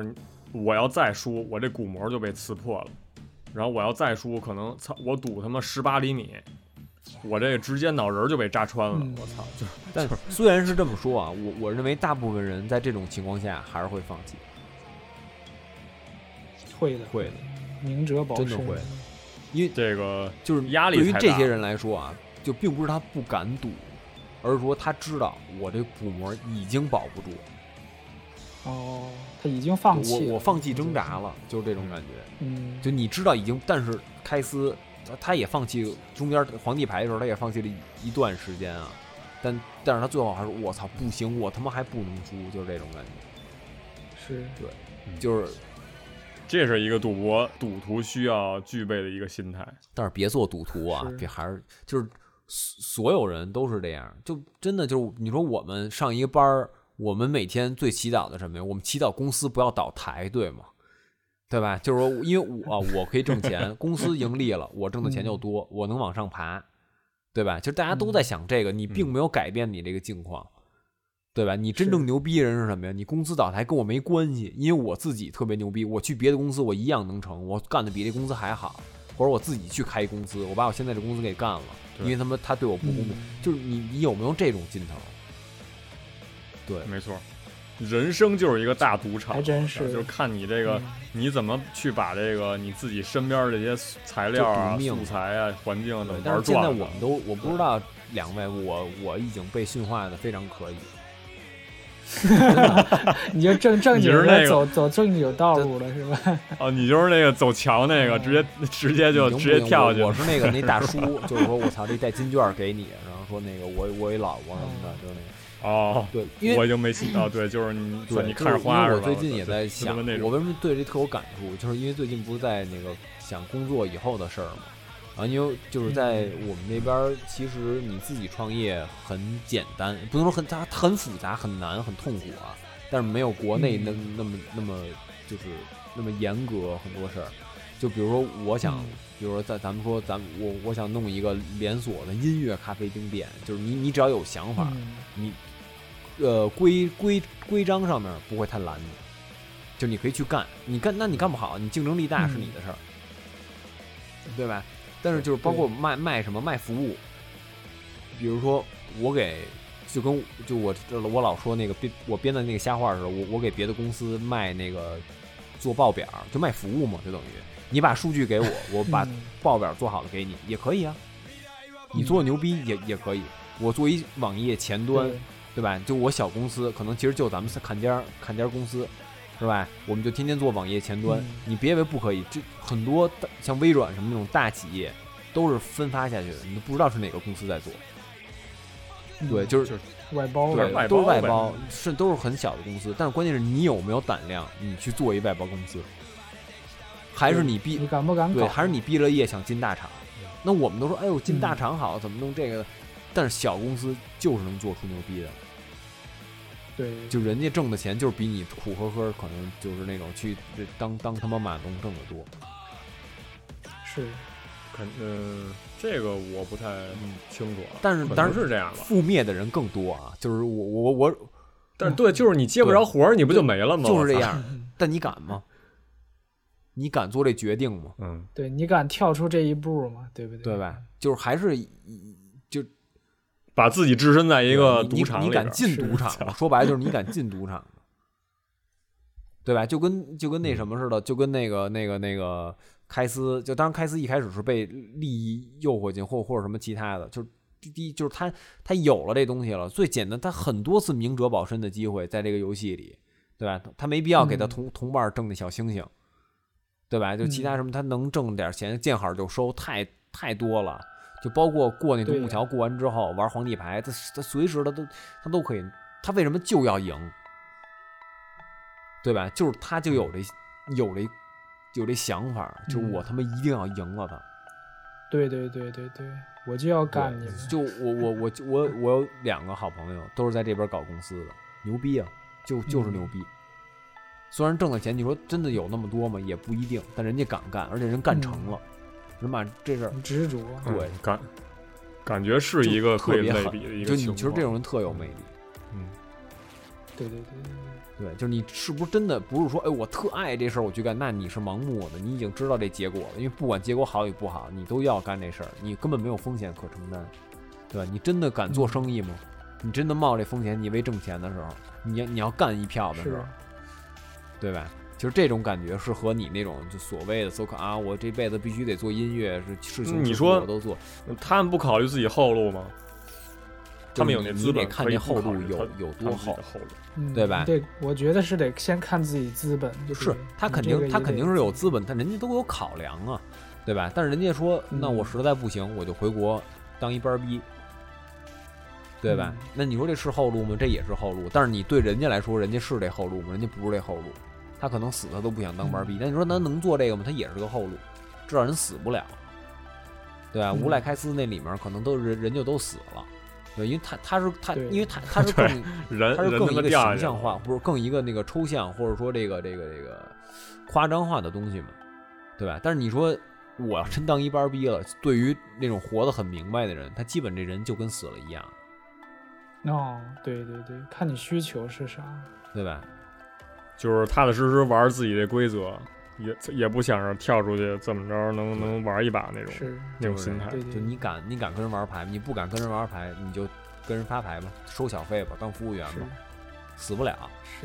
我要再输，我这鼓膜就被刺破了，然后我要再输，可能我赌他妈18厘米，我这直接脑仁就被扎穿了，我操！ 但虽然是这么说啊，我认为大部分人在这种情况下还是会放弃， 会的， 会的， 明哲保身， 真的会的，因为这个就是压力对于这些人来说啊，就并不是他不敢赌，而是说他知道我这鼓膜已经保不住。 哦，他已经放弃了， 我放弃挣扎了，就是这种感觉。 嗯， 就你知道已经，但是开司他也放弃中间皇帝牌的时候，他也放弃了一段时间啊。但是他最后还说：“我操，不行，我他妈还不能输。”就是这种感觉。 是， 对，就是这是一个赌徒需要具备的一个心态。 但是别做赌徒啊，别还是就是所有人都是这样，就真的就是你说我们上一个班儿。我们每天最祈祷的什么呀？我们祈祷公司不要倒台，对吗？对吧？就是说，因为我可以挣钱，公司盈利了，我挣的钱就多，我能往上爬，对吧？就是大家都在想这个，你并没有改变你这个境况，对吧？你真正牛逼人是什么呀？你公司倒台跟我没关系，因为我自己特别牛逼，我去别的公司我一样能成，我干的比这公司还好，或者我自己去开公司，我把我现在这公司给干了，因为他对我不公平。就是你有没有这种劲头？对， 没错，人生就是一个大赌场， 还真是， 就是看你这个、你怎么去把这个你自己身边这些材料啊、素材啊、环境的玩转。 但是现在我不知道两位，我已经被驯化的非常可以。 你就正经的走正经道路了是吧？ 哦，你就是那个走桥那个，直接跳下去。 我是那大叔，就是说我操，这带金券给你，然后说那个我一老婆什么的，就是那个。 哦， 对，因为我已经没信对，就是你看着花是吧？我最近也在想， 我为什么对这特有感触，就是因为最近不是在那个想工作以后的事儿嘛。啊，因为就是在我们那边，其实你自己创业很简单，不能说它很复杂、很难、很痛苦啊，但是没有国内那么就是那么严格很多事儿。就比如说，我想，比如说咱们说我想弄一个连锁的音乐咖啡厅店，就是你只要有想法，你。规章上面不会太拦你，就你可以去干，那你干不好，你竞争力大是你的事儿，对吧？但是就是包括卖什么卖服务，比如说我给我老说那个我编的那个瞎话似的，我给别的公司卖那个做报表，就卖服务嘛，就等于你把数据给我把报表做好了给你也可以啊，你做牛逼也可以，我做一网页前端。对吧？就我小公司，可能其实就咱们砍尖公司，是吧？我们就天天做网页前端，你别以为不可以，这很多像微软什么那种大企业都是分发下去的，你都不知道是哪个公司在做。对，就是外包， 对，都是外包，都是很小的公司。但是关键是你有没有胆量，你去做一外包公司，还是你敢不敢搞？ 对，还是你毕了业想进大厂？那我们都说，哎呦，进大厂好，怎么弄这个？但是小公司就是能做出牛逼的， 对， 就人家挣的钱就是比你苦呵呵，可能就是那种去当他妈码农挣的多。 是， 这个我不太清楚， 但是当然是这样吧。 覆灭的人更多啊，就是我， 但是对，就是你接不着活儿，你不就没了吗？ 就是这样。但你敢吗？你敢做这决定吗？ 对，你敢跳出这一步吗？对不对？ 对吧？就是还是就。 把自己置身在一个赌场里， 你敢进赌场吗？说白了就是你敢进赌场，对吧？就跟那什么似的，就跟那个开司，就当然开司一开始是被利益诱惑进，或者什么其他的，就是第一就是他有了这东西了，最简单，他很多次明哲保身的机会在这个游戏里，对吧？他没必要给他同伴挣那小星星，对吧？就其他什么他能挣点钱，见好就收，太多了。就包括过那独木桥，过完之后玩皇帝牌，他随时他都可以，他为什么就要赢？对吧？就是他就有这想法，就是我他妈一定要赢了他。 对，我就要干你们。 就我有2个好朋友，都是在这边搞公司的，牛逼啊，就是牛逼。虽然挣的钱，你说真的有那么多吗？也不一定，但人家敢干，而且人干成了。人把这事儿执着， 对， 感觉是一个可以类比的一个情况。 就你其实这种人特有魅力。 对， 对，就是你是不是真的不是说，哎，我特爱这事儿我去干，那你是盲目的，你已经知道这结果了，因为不管结果好与不好，你都要干这事儿，你根本没有风险可承担，对吧？你真的敢做生意吗？你真的冒这风险，你为挣钱的时候，你要干一票的时候，对吧？就是这种感觉是和你那种就所谓的啊，我这辈子必须得做音乐，是事情你说我都做， 他们不考虑自己后路吗？他们有那资本， 你得看这后路有多厚，对吧？ 对，我觉得是得先看自己资本， 就是他肯定是有资本，但人家都有考量啊，对吧？但是人家说，那我实在不行，我就回国当一班逼，对吧？那你说这是后路吗？这也是后路，但是你对人家来说，人家是这后路吗？人家不是这后路，他可能死他都不想当班逼。那你说他能做这个吗？他也是个后路，至少人死不了，对吧？无赖开司那里面可能都人就都死了。对，因为他是因为他是更他是更一个形象化，不是更一个那个抽象，或者说这个夸张化的东西嘛，对吧？但是你说我要真当一班逼了，对于那种活得很明白的人，他基本这人就跟死了一样。 哦，对对对，看你需求是啥， 对吧？ 就是踏踏实实玩自己的规则，也不想着跳出去怎么着能玩一把那种， 是那种心态。 对对就你敢跟人玩牌，你不敢跟人玩牌，你就跟人发牌吧，收小费吧，当服务员吧，死不了。 是。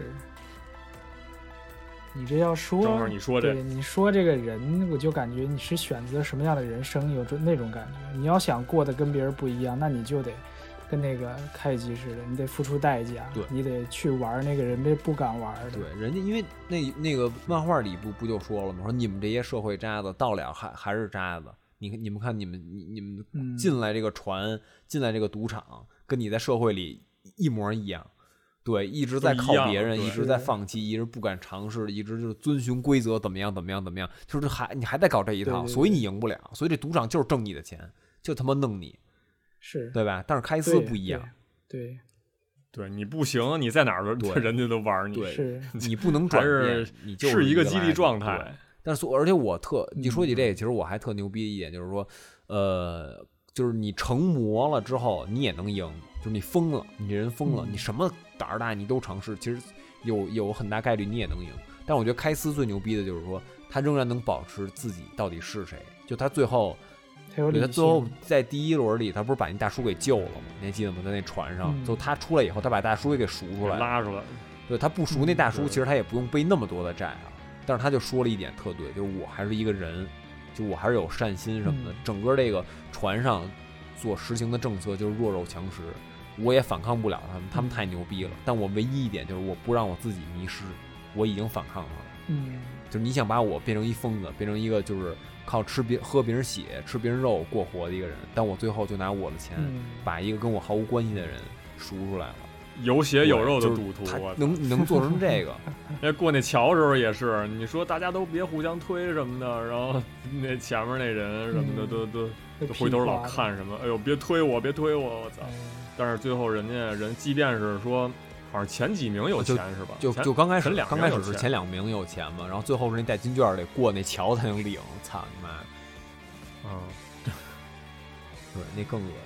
你这要说， 正好你说这， 对你说这个人，我就感觉你是选择什么样的人生，有那种感觉。你要想过得跟别人不一样，那你就得跟那个开机似的，你得付出代价， 对， 你得去玩那个人家不敢玩的。 对，人家因为那个漫画里不就说了吗？说你们这些社会渣子到了还是渣子。你们看你们进来这个船，进来这个赌场，跟你在社会里一模一样。对，一直在靠别人，一直在放弃，一直不敢尝试，一直就是遵循规则，怎么样，就是你还在搞这一套， 对， 所以你赢不了，所以这赌场就是挣你的钱，就他妈弄你， 是对吧？但是开司不一样， 对， 你不行，你在哪儿人家都玩你， 对，你不能转变，你就是一个激励状态。 但是而且你说起这个，其实我还特牛逼的一点就是说，就是你成魔了之后，你也能赢。就是你疯了，你这人疯了，你什么胆儿大你都尝试，其实有很大概率你也能赢。但我觉得开司最牛逼的就是说，他仍然能保持自己到底是谁。就他最后在第一轮里，他不是把那大叔给救了吗？你还记得吗？在那船上，就他出来以后，他把大叔给赎出来， 拉出来。 对，他不赎那大叔，其实他也不用背那么多的债啊。但是他就说了一点特对，就是我还是一个人，就我还是有善心什么的。整个这个船上所实行的政策就是弱肉强食，我也反抗不了他们太牛逼了。但我唯一一点就是我不让我自己迷失，我已经反抗了。就是你想把我变成一疯子，变成一个就是靠喝别人血、吃别人肉过活的一个人，但我最后就拿我的钱把一个跟我毫无关系的人赎出来了。 有血有肉的赌徒， 能做成这个。 那过那桥的时候也是，你说大家都别互相推什么的，然后那前面那人什么的都回头老看什么，哎呦别推我，我操！但是最后人即便是说，好像前几名有钱是吧？ 就刚开始是前2名有钱嘛，然后最后是那带金券得过那桥才能领，操你妈！对，那更恶心。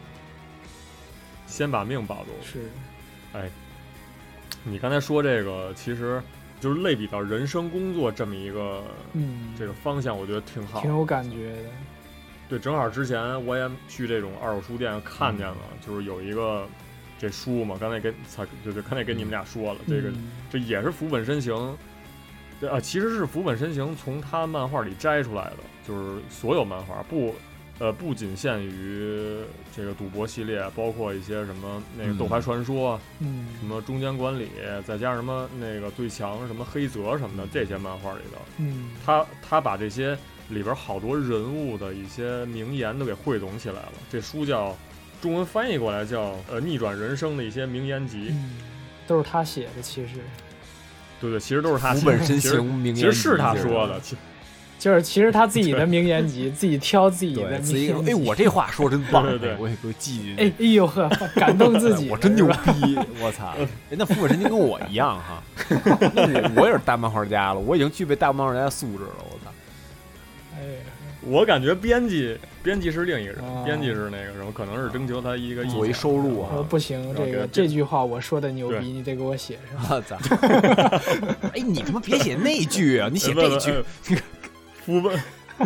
先把命保住。 是。 哎，你刚才说这个，其实就是类比到人生工作这么一个，这个方向，我觉得挺好， 挺有感觉的。 对，正好之前我也去这种二手书店看见了，就是有一个这书嘛，刚才跟你们俩说了，这也是福本身行，其实是福本身行从他漫画里摘出来的，就是所有漫画不仅限于这个赌博系列，包括一些什么那个斗牌传说，什么中间管理，再加上什么那个最强什么黑泽什么的这些漫画里的，他把这些里边好多人物的一些名言都给汇总起来了。这书叫中文翻译过来叫逆转人生的一些名言集， 都是他写的，其实。 对，其实都是他写的。 福本身行名言集， 其实是他说的。 就是其实他自己的名言集，自己挑自己的名言集。 哎，我这话说真棒， 对， 我也给我记进去。哎呦呵，感动自己， 我真牛逼！我操，那福本神经跟我一样哈，我也是大漫画家了，我已经具备大漫画家的素质了。我操！ 哎， 我感觉编辑是另一个人， 啊编辑是那个什么，可能是征求他一个意见作为收入啊。 不行， 然后给他这句话我说的牛对逼，你得给我写上。 我操！哎，你他妈别写那句啊，你写这句。 福本，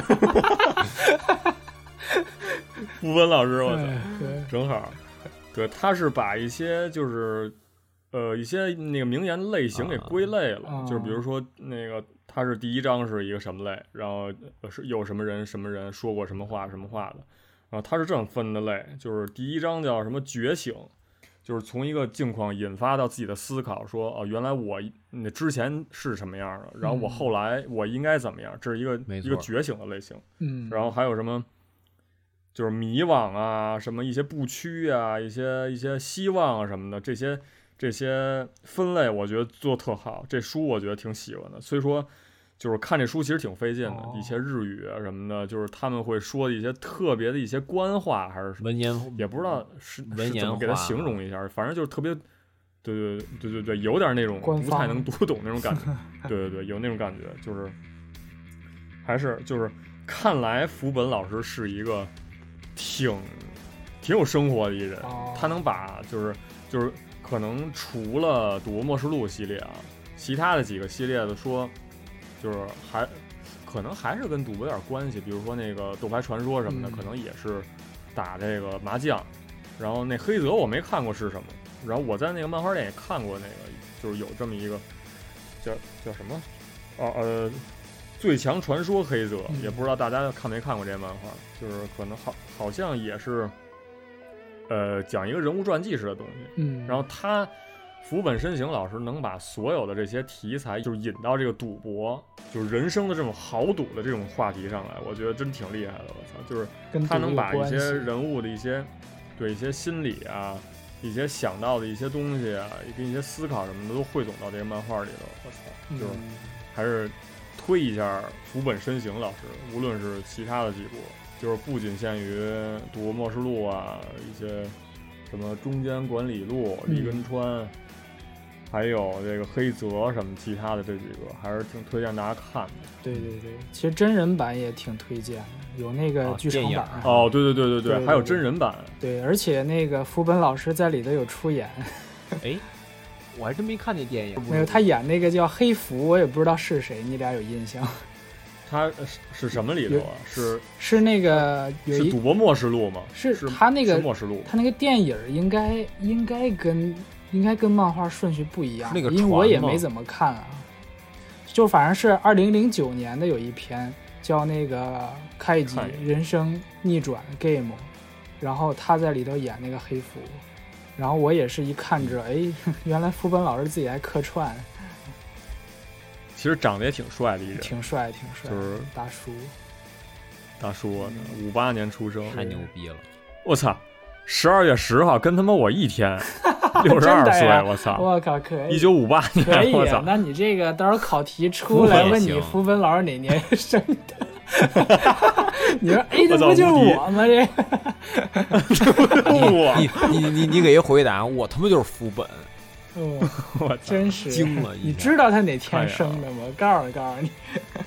福本老师，我操， 对， 正好，对，他是把一些就是一些那个名言类型给归类了，就是比如说那个他是第一章是一个什么类，然后是有什么人说过什么话的，然后他是这样分的类，就是第一章叫什么觉醒。就是从一个境况引发到自己的思考，说哦，原来我之前是什么样的，然后我后来我应该怎么样，这是一个觉醒的类型。然后还有什么，就是迷惘啊，什么一些不屈啊，一些希望啊什么的，这些分类，我觉得做特好。这书我觉得挺喜欢的，所以说。就是看这书其实挺费劲的，一些日语啊什么的，就是他们会说一些特别的一些官话，还是文言， 也不知道是文言怎么给它形容一下，反正就是特别，对，有点那种不太能读懂那种感觉，对，有那种感觉，就是还是就是看来福本老师是一个挺有生活的一人，他能把就是可能除了《赌博默示录》系列啊，其他的几个系列的说。就是可能还是跟赌博有点关系，比如说那个斗牌传说什么的，可能也是打这个麻将。然后那黑泽我没看过是什么，然后我在那个漫画店也看过那个，就是有这么一个叫什么最强传说黑泽，也不知道大家看没看过这漫画，就是可能好像也是讲一个人物传记式的东西。然后福本伸行老师能把所有的这些题材，就是引到这个赌博，就是人生的这种豪赌的这种话题上来，我觉得真挺厉害的。我操，就是他能把一些人物的一些心理啊，一些想到的一些东西啊，跟一些思考什么的都汇总到这个漫画里头。我操，就是还是推一下福本伸行老师，无论是其他的几部，就是不仅限于《赌博默示录》啊，一些什么《中间管理录》、立根川。还有这个黑泽什么其他的这几个，还是挺推荐大家看的。 对，其实真人版也挺推荐的，有那个剧场版。 哦，对，还有真人版。 对，而且那个福本老师在里头有出演。 哎，我还真没看见电影。 没有，他演那个叫黑福，我也不知道是谁，你俩有印象？ 他是什么里头啊？ 是那个是《赌博默示录》吗？ 是他那个是默示录， 他那个电影应该跟漫画顺序不一样， 那个因为我也没怎么看啊。就反正是2009年的有一篇叫那个开机人生逆转 game， 然后他在里头演那个黑福，然后我也是一看着，哎，原来福本老师自己还客串。 其实长得也挺帅的一人， 挺帅， 就是大叔 ，58年出生， 太牛逼了！ 我操，12月10号跟他妈我一天，62岁，我操！ 我靠，可以 ！1958年， 可以。 我操！ 那你这个到时候考题出来问你福本老师哪年生的？你说，哎，这不就是我吗？ 你给一回答，我他妈就是福本。 我真是惊了！ 你知道他哪天生的吗？告诉你。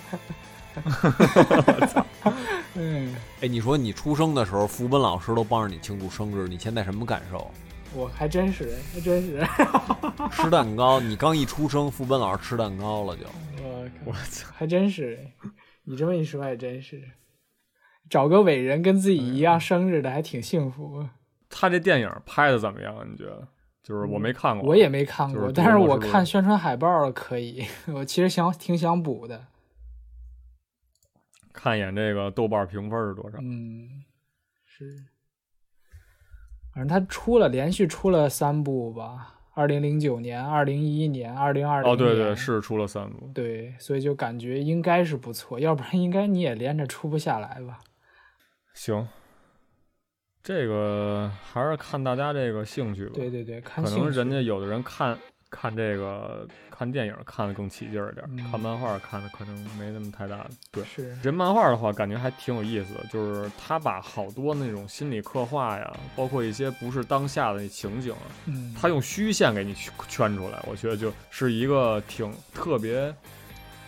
我操！哎，你说你出生的时候，福本老师都帮着你庆祝生日，你现在什么感受？ 我还真是。 吃蛋糕，你刚一出生，福本老师吃蛋糕了就。 我操！ 还真是，你这么一说还真是，找个伟人跟自己一样生日的，还挺幸福。 他这电影拍的怎么样？你觉得？就是我没看过， 我也没看过，但是我看宣传海报可以。我其实挺想补的。 看一眼这个豆瓣评分是多少？ 是，反正他连续出了3部吧，2009年、2011年、2020年。 哦，对，是出了3部。 对，所以就感觉应该是不错，要不然应该你也连着出不下来吧。 行。这个还是看大家这个兴趣吧。 对，看兴趣。 可能人家有的人看这个看电影看得更起劲儿点，看漫画看的可能没那么太大的。对， 是这漫画的话，感觉还挺有意思的，就是他把好多那种心理刻画呀，包括一些不是当下的情景，他用虚线给你圈出来，我觉得就是一个挺特别。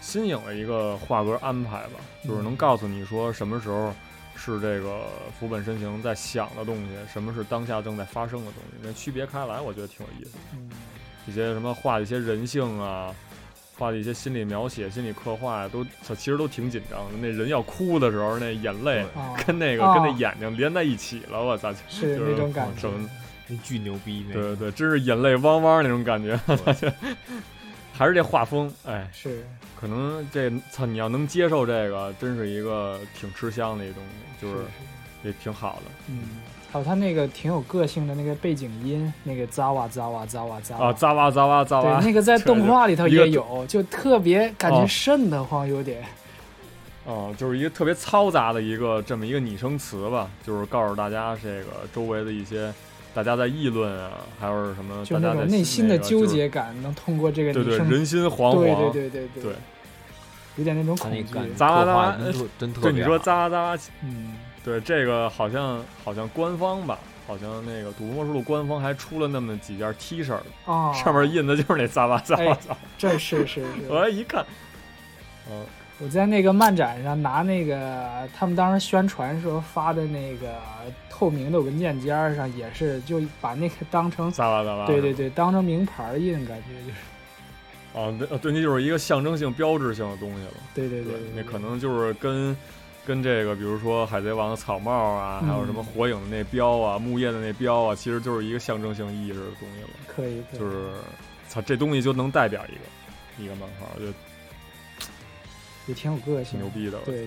新颖的一个画格安排吧，就是能告诉你说什么时候是这个福本身形在想的东西，什么是当下正在发生的东西，那区别开来，我觉得挺有意思的。一些什么画的一些人性啊，画的一些心理描写、心理刻画，其实都挺紧张的。那人要哭的时候，那眼泪跟那眼睛连在一起了，我操， 是那种感觉， 那巨牛逼，那对对，真是眼泪汪汪那种感觉。还是这画风，哎， 是可能你要能接受这个，真是一个挺吃香的一东西，就是也挺好的。 还有他那个挺有个性的那个背景音，那个扎哇扎哇扎哇扎哇啊，扎哇扎哇扎哇， 对，那个在动画里头也有，就特别感觉瘆得慌，有点。 就是一个特别嘈杂的这么一个拟声词吧，就是告诉大家这个周围的一些大家在议论啊，还有什么， 就那种内心的纠结感，能通过这个拟声， 对，人心惶惶， 对，有点那种恐惧。 扎哇扎哇， 真特别。 对，你说扎哇扎哇，对，这个好像官方吧，好像那个《赌博默示录》官方还出了那么几件 T 恤上面印的就是那扎哇扎哇。 这是。 我一看， 我在那个漫展上拿那个他们当时宣传时候发的那个透明的文件夹上，也是就把那个当成扎哇扎哇， 对，当成名牌印，感觉就是。 对，那就是一个象征性、标志性的东西了。 对， 那可能就是跟这个，比如说海贼王的草帽啊，还有什么火影的那标啊，木叶的那标啊，其实就是一个象征性意义的东西了。 可以， 就是这东西就能代表一个漫画，我觉得也挺有个性， 挺牛逼的。 对，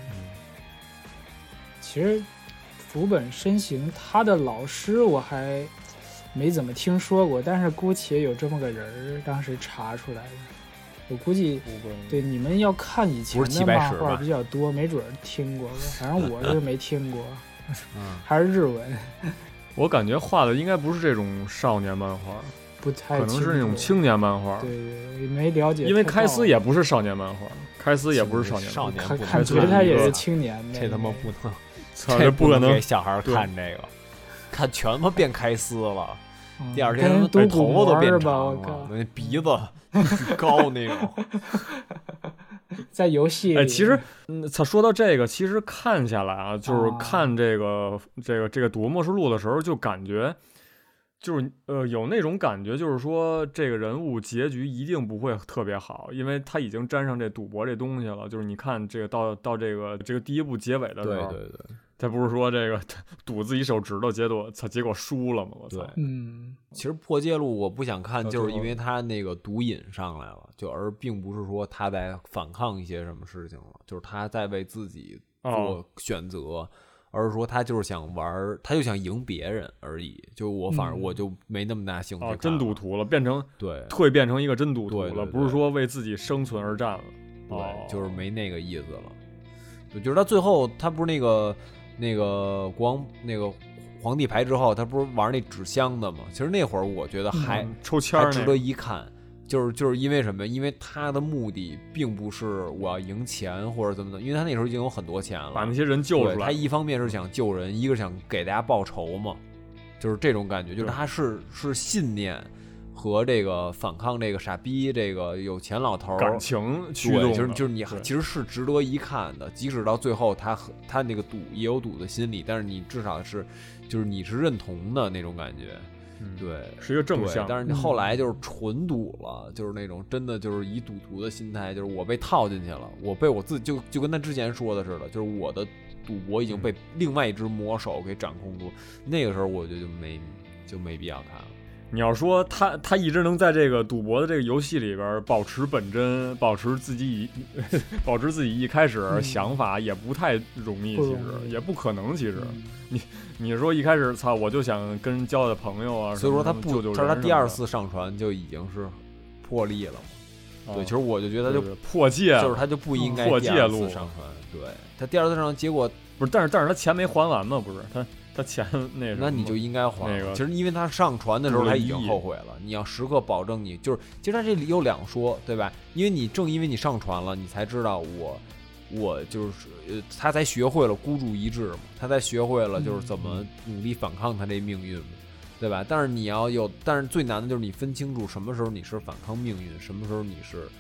其实福本身形他的老师我还没怎么听说过，但是姑且有这么个人，当时查出来的。我估计对你们要看以前的漫画比较多，没准听过吧，反正我是没听过。还是日文。 我感觉画的应该不是这种少年漫画， 不太可能是那种青年漫画。 对，没了解。 因为开司也不是少年漫画，开司也不是少年漫画， 感觉他也是青年的。 这他妈不能， 这不可能给小孩看这个，看全他妈变开司了。第二天那头发都变长了，那鼻子巨高那种。 在游戏里， 其实，说到这个，其实看下来啊，就是看这个《赌博默示录》的时候，就感觉，就是有那种感觉，就是说这个人物结局一定不会特别好，因为他已经沾上这赌博这东西了。就是你看这个到这个第一部结尾的时候， 对， 他不是说这个赌自己手指头，结果输了吗？我操！ 其实破戒录我不想看，就是因为他那个毒瘾上来了，而并不是说他在反抗一些什么事情了，就是他在为自己做选择，而是说他就是想玩，他就想赢别人而已。就反正我就没那么大兴趣看真赌徒了，变成蜕变成一个真赌徒了， 对， 不是说为自己生存而战了。 对，就是没那个意思了。我觉得他最后他不是那个皇帝牌之后，他不是玩那纸箱的吗？其实那会儿我觉得还抽签还值得一看，就是因为什么？因为他的目的并不是我要赢钱或者怎么的，因为他那时候已经有很多钱了， 把那些人救出来。 他一方面是想救人，一个是想给大家报仇嘛，就是这种感觉，就是他是信念和这个反抗这个傻逼这个有钱老头感情驱动， 就是你其实是值得一看的，即使到最后他那个赌也有赌的心理，但是你至少就是你是认同的那种感觉，对， 是一个正向。 但是你后来就是纯赌了，就是那种真的就是以赌徒的心态，就是我被套进去了，我被我自己就跟他之前说的似的，就是我的赌博已经被另外一只魔手给掌控住，那个时候我觉得就没必要看了。 你要说他一直能在这个赌博的这个游戏里边保持本真，保持自己一开始想法也不太容易，其实也不可能。其实你说一开始我就想跟人交的朋友啊， 所以说他第二次上传就已经是破例了嘛。对，其实我就觉得他就破戒， 就是他就不应该第二次上传。对，他第二次上传结果不是，但是他钱没还完嘛，不是他钱那你就应该还。其实因为他上传的时候他已经后悔了，你要时刻保证你就是，其实他这里有两说，对吧？因为你上传了，你才知道我就是他才学会了孤注一掷嘛，他才学会了就是怎么努力反抗他这命运嘛，对吧？但是最难的就是你分清楚什么时候你是反抗命运，什么时候你是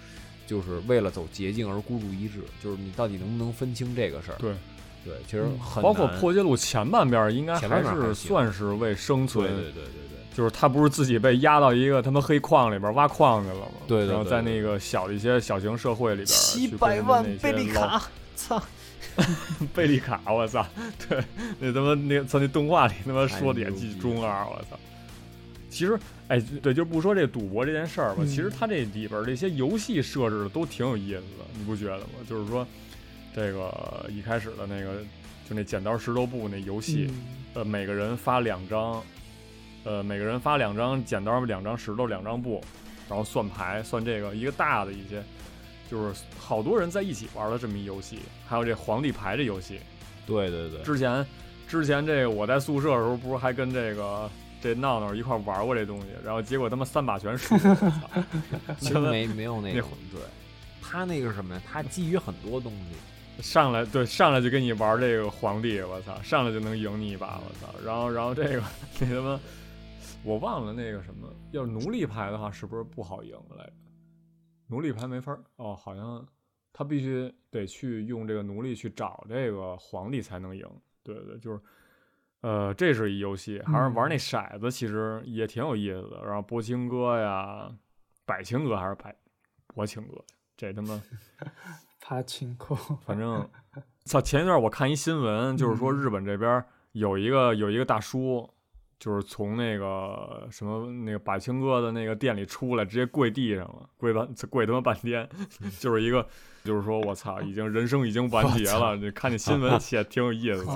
就是为了走捷径而孤注一掷，就是你到底能不能分清这个事儿？ 对， 其实很难。 包括破戒录前半边应该前半边是算是为生存， 对， 就是他不是自己被压到一个他妈黑矿里边挖矿去了吗？ 对， 然后在那个小的一些小型社会里边 ，700万贝利卡，操！ 贝利卡，我操！对，那他妈那动画里他妈说的也记中二，我操！其实，哎，对，就不说这赌博这件事儿吧，其实他这里边这些游戏设置的都挺有意思的，你不觉得吗？就是说，这个一开始的那个，就那剪刀石头布那游戏，每个人发2张，每个人发2张剪刀、2张石头、2张布，然后算牌，算这个一个大的一些。就是好多人在一起玩的这么一游戏，还有这皇帝牌这游戏。 对， 之前这个我在宿舍的时候，不是还跟这闹闹一块玩过这东西，然后结果他妈3把全输了。 其实没有那种，对，他那个什么呀？他基于很多东西。 上来就跟你玩这个皇帝，我操，上来就能赢你一把，我操。然后这个那什么，我忘了那个什么，要是奴隶牌的话，是不是不好赢来着？奴隶牌没法哦，好像他必须得去用这个奴隶去找这个皇帝才能赢。对，就是这是一游戏，还是玩那骰子，其实也挺有意思的。然后波青哥呀，百青哥还是博青哥，这他妈爬青哥， 反正操！前一段我看一新闻，就是说日本这边有一个大叔。就是从那个什么那个百青哥的那个店里出来，直接跪地上了，跪他妈半天，就是一个，就是说我操，人生已经完结了。你看见新闻写挺有意思的，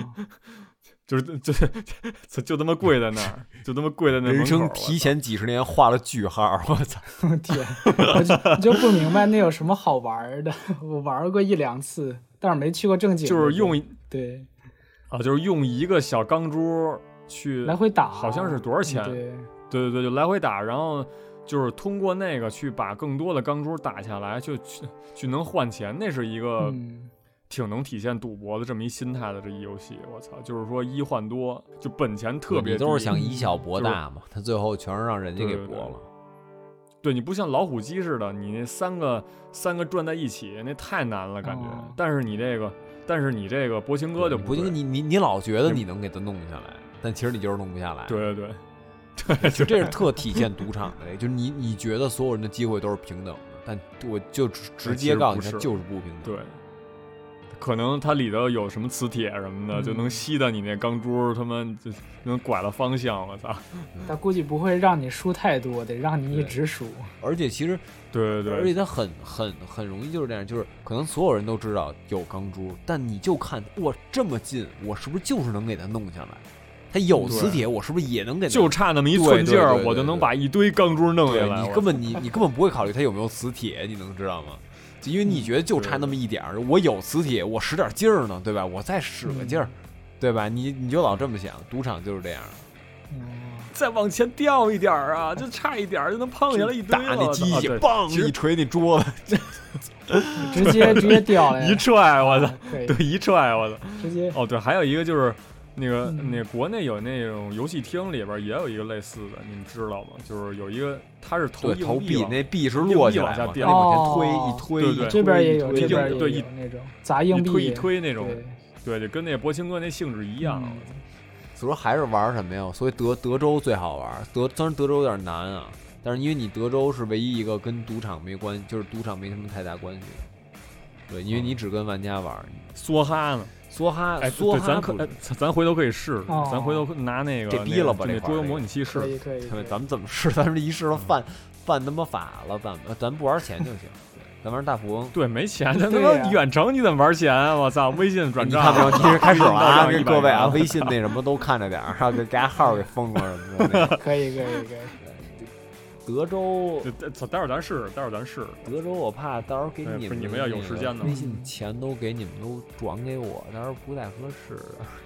就他妈跪在那儿，就他妈跪在那门口， 人生提前几十年画了句号，我操！ 天，我就不明白那有什么好玩的。我玩过1-2次，但是没去过正经。 就是用对啊，就是用一个小钢珠。去来回打， 好像是多少钱？对，就来回打，然后就是通过那个去把更多的钢珠打下来，就去能换钱。那是一个挺能体现赌博的这么一心态的这一游戏。我操，就是说1换多，就本钱特别低。 你都是想以小博大嘛，他最后全是让人家给博了。 对，你不像老虎机似的，你那三个转在一起，那太难了感觉。但是你这个博青哥就不， 博青哥你老觉得你能给他弄下来。但其实你就是弄不下来。 对， 就这是特体现赌场的，就是你觉得所有人的机会都是平等的，但我就直接告诉你，它就是不平等。 对，可能它里头有什么磁铁什么的，就能吸到你那钢珠，他们就能拐了方向。我操！ 他估计不会让你输太多，得让你一直输。 而且其实， 对， 而且它很容易就是这样，就是可能所有人都知道有钢珠，但你就看哇这么近，我是不是就是能给它弄下来？它有磁铁，我是不是也能给它？ 就差那么一寸劲儿，我就能把一堆钢珠弄下来。 你根本不会考虑它有没有磁铁，你能知道吗？因为你觉得就差那么一点儿，我有磁铁，我使点劲儿呢，对吧？我再使个劲儿，对吧？你就老这么想，赌场就是这样。 再往前掉一点啊，就差一点就能碰下来一堆了。 打那机器，棒一捶那桌子， 直接掉了， 一踹，我操！对，一踹，我操！ 直接。 哦，对，还有一个就是。那个国内有那种游戏厅里边也有一个类似的，你们知道吗？就是有一个，它是投币，那币是落下来往往前推， 对， 这边也有，这边对也有那种砸硬币， 一推那种，对，就跟那博青哥那性质一样。 所以说还是玩什么呀？所以德州最好玩，当然德州有点难啊，但是因为你德州是唯一一个跟赌场没关系，就是赌场没什么太大关系的，对，因为你只跟玩家玩。 梭哈呢？ 梭哈， 咱回头可以试，咱回头拿那个这逼了吧， 那桌游模拟器试， 可以。 咱们怎么试？咱们这一试都犯他妈法了，咱不玩钱就行，咱玩大富翁。 对，没钱，咱他妈远程你怎么玩钱？我操，微信转账。 你看没有？其实开始了啊，各位啊，微信那什么都看着点儿，然后给大家号给封了什么的。 可以。 德州， 待会儿咱试。 德州，我怕到时候给你们， 你们要有时间的， 微信钱都给你们都转给我，到时候不太合适。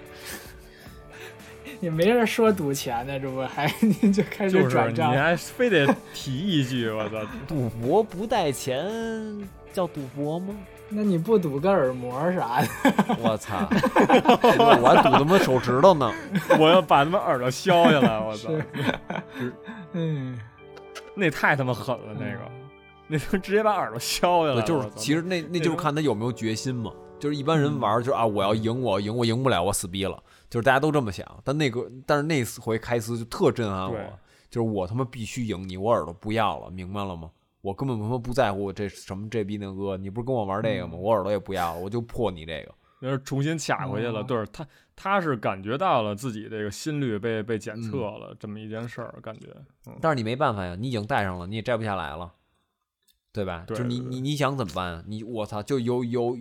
也没人说赌钱呢，这不还你就开始转账， 你还非得提一句，我操！ 赌博不带钱叫赌博吗？ 那你不赌个耳膜啥的？ 我操！我还赌他妈手指头呢！ 我要把他妈耳朵削下来！我操！那太他妈狠了，那个那就直接把耳朵削下来了。 就是其实那就是看他有没有决心嘛。就是一般人玩就是啊，我要赢，我赢不了，我死逼了，就是大家都这么想。但是那回开司就特震撼我，就是我他妈必须赢你，我耳朵不要了，明白了吗？我根本他妈不在乎这什么这逼那个，你不是跟我玩这个吗？我耳朵也不要了，我就破你这个。 那是重新卡回去了，对，他是感觉到了自己这个心率被检测了，这么一件事儿，感觉。 但是你没办法呀，你已经戴上了，你也摘不下来了，对吧？ 对， 就是你想怎么办啊？我操，就有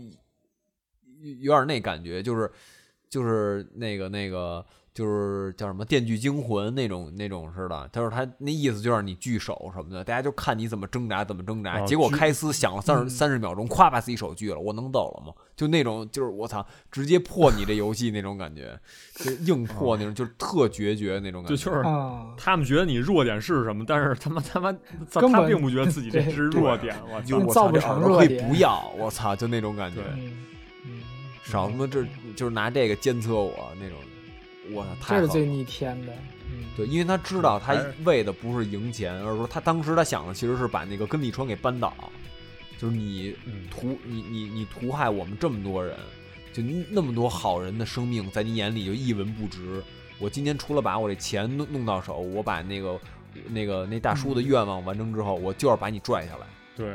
点那感觉，就是那个。就是叫什么《电锯惊魂》那种似的，就是他那意思就让你聚手什么的，大家就看你怎么挣扎，结果开司想了30秒钟，咵把自己手锯了，我能走了吗？就那种就是我操，直接破你这游戏那种感觉，就硬破那种，就是特决那种感觉。 就是他们觉得你弱点是什么，但是他并不觉得自己这是弱点， 我造不成弱点， 可以不要，我操，就那种感觉。少他妈就是拿这个监测我那种。我操， 这是最逆天的。 对，因为他知道他为的不是赢钱，而是说他当时他想的其实是把那个根立川给扳倒，就是你屠害我们这么多人，就那么多好人的生命在你眼里就一文不值。我今天除了把我这钱弄到手，我把那大叔的愿望完成之后，我就要把你拽下来。 对，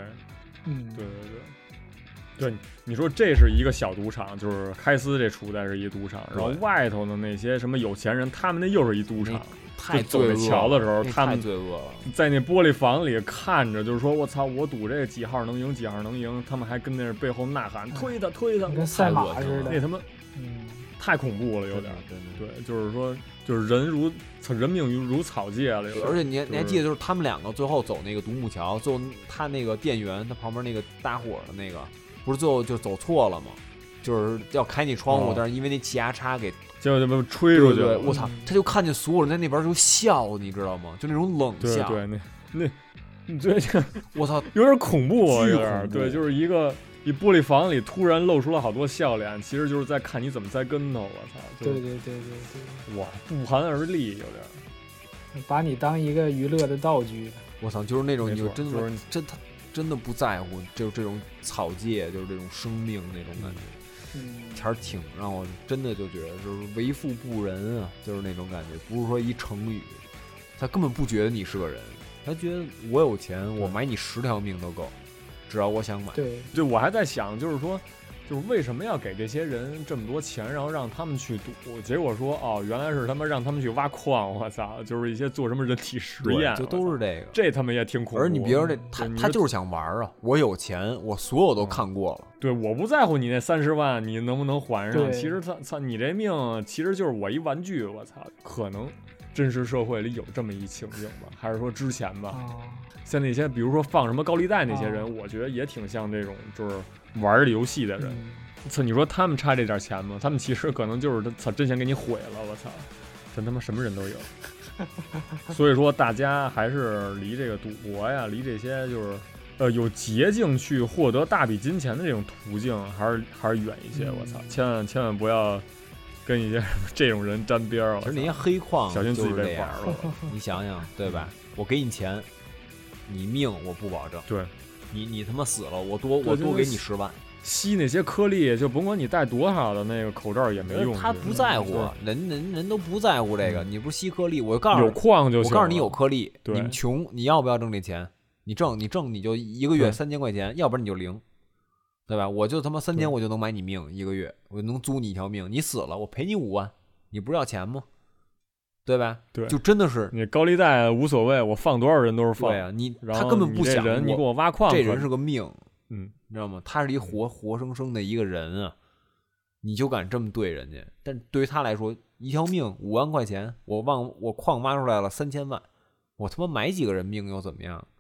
对，你说这是一个小赌场，就是开司这处在是一赌场，然后外头的那些什么有钱人，他们那又是一赌场。 太走那桥的时候，他们罪恶了， 在那玻璃房里看着，就是说我操，我赌这个几号能赢，几号能赢，他们还跟那背后呐喊，推他， 跟赛马似的， 那他妈，太恐怖了，有点。对，就是说，就是人命如草芥了。 而且你还记得，就是他们两个最后走那个独木桥，最后他那个店员，他旁边那个搭伙的那个。不是最后就走错了吗？就是要开那窗户，但是因为那气压差给结果就被吹出去了。 我操！他就看见所有人在那边就笑，你知道吗？就那种冷笑。 对，那这我操， 有点恐怖啊，有点。对，就是一玻璃房里突然露出了好多笑脸，其实就是在看你怎么栽跟头。我操！ 对， 哇，不寒而栗，有点。 把你当一个娱乐的道具。 我操，就是那种你就真的不在乎，就是这种草芥，就是这种生命那种感觉，前儿挺让我真的就觉得就是为富不仁啊，就是那种感觉，不是说一成语，他根本不觉得你是个人，他觉得我有钱，我买你10条命都够，只要我想买。 对，我还在想，就是说。就是为什么要给这些人这么多钱，然后让他们去赌？结果说哦，原来是他们让他们去挖矿，我操！就是一些做什么人体实验， 就都是这个。 这他妈也挺恐怖。 而你别说这，他就是想玩啊！我有钱，我所有都看过了。 对，我不在乎你那30万，你能不能还上？其实你这命其实就是我一玩具，我操！可能真实社会里有这么一情景吧？还是说之前吧？像那些比如说放什么高利贷那些人，我觉得也挺像这种就是玩游戏的人。你说他们差这点钱吗？他们其实可能就是真想给你毁了，我操！真他妈什么人都有。所以说大家还是离这个赌博呀，离这些就是有捷径去获得大笔金钱的这种途径还是远一些。我操，千万不要跟一些这种人沾边儿。 其实那些黑矿小心自己被玩了。 你想想对吧？我给你钱，你命我不保证。 对， 你他妈死了，我多给你10万。 吸那些颗粒，就甭管你戴多少的那个口罩也没用。 他不在乎，人都不在乎这个。你不是吸颗粒，我告诉你有矿就行。 我告诉你有颗粒，你们穷，你要不要挣这钱？你挣你就一个月3000块钱，要不然你就0，对吧？我就他妈3天我就能买你命一个月，我就能租你一条命。你死了，我赔你5万，你不是要钱吗？对吧？ 对， 就真的是你高利贷无所谓，我放多少人都是放。 对啊，他根本不想人，你给我挖矿， 这人是个命。 你知道吗？他是一活生生的一个人啊，你就敢这么对人家？但对于他来说，一条命5万块钱，我矿挖出来了3000万，我他妈买几个人命又怎么样？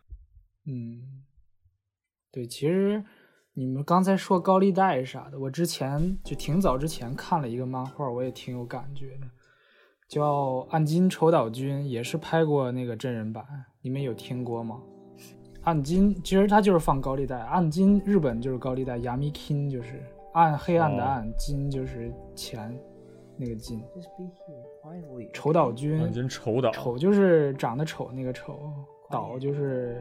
对，其实你们刚才说高利贷啥的，我之前就挺早之前看了一个漫画，我也挺有感觉的，叫《暗金筹岛君》，也是拍过那个真人版，你们有听过吗？暗金其实它就是放高利贷，暗金日本就是高利贷，闇金就是暗黑暗的暗，金就是钱那个金。筹岛君， 暗金筹岛， 丑就是长得丑那个丑，岛就是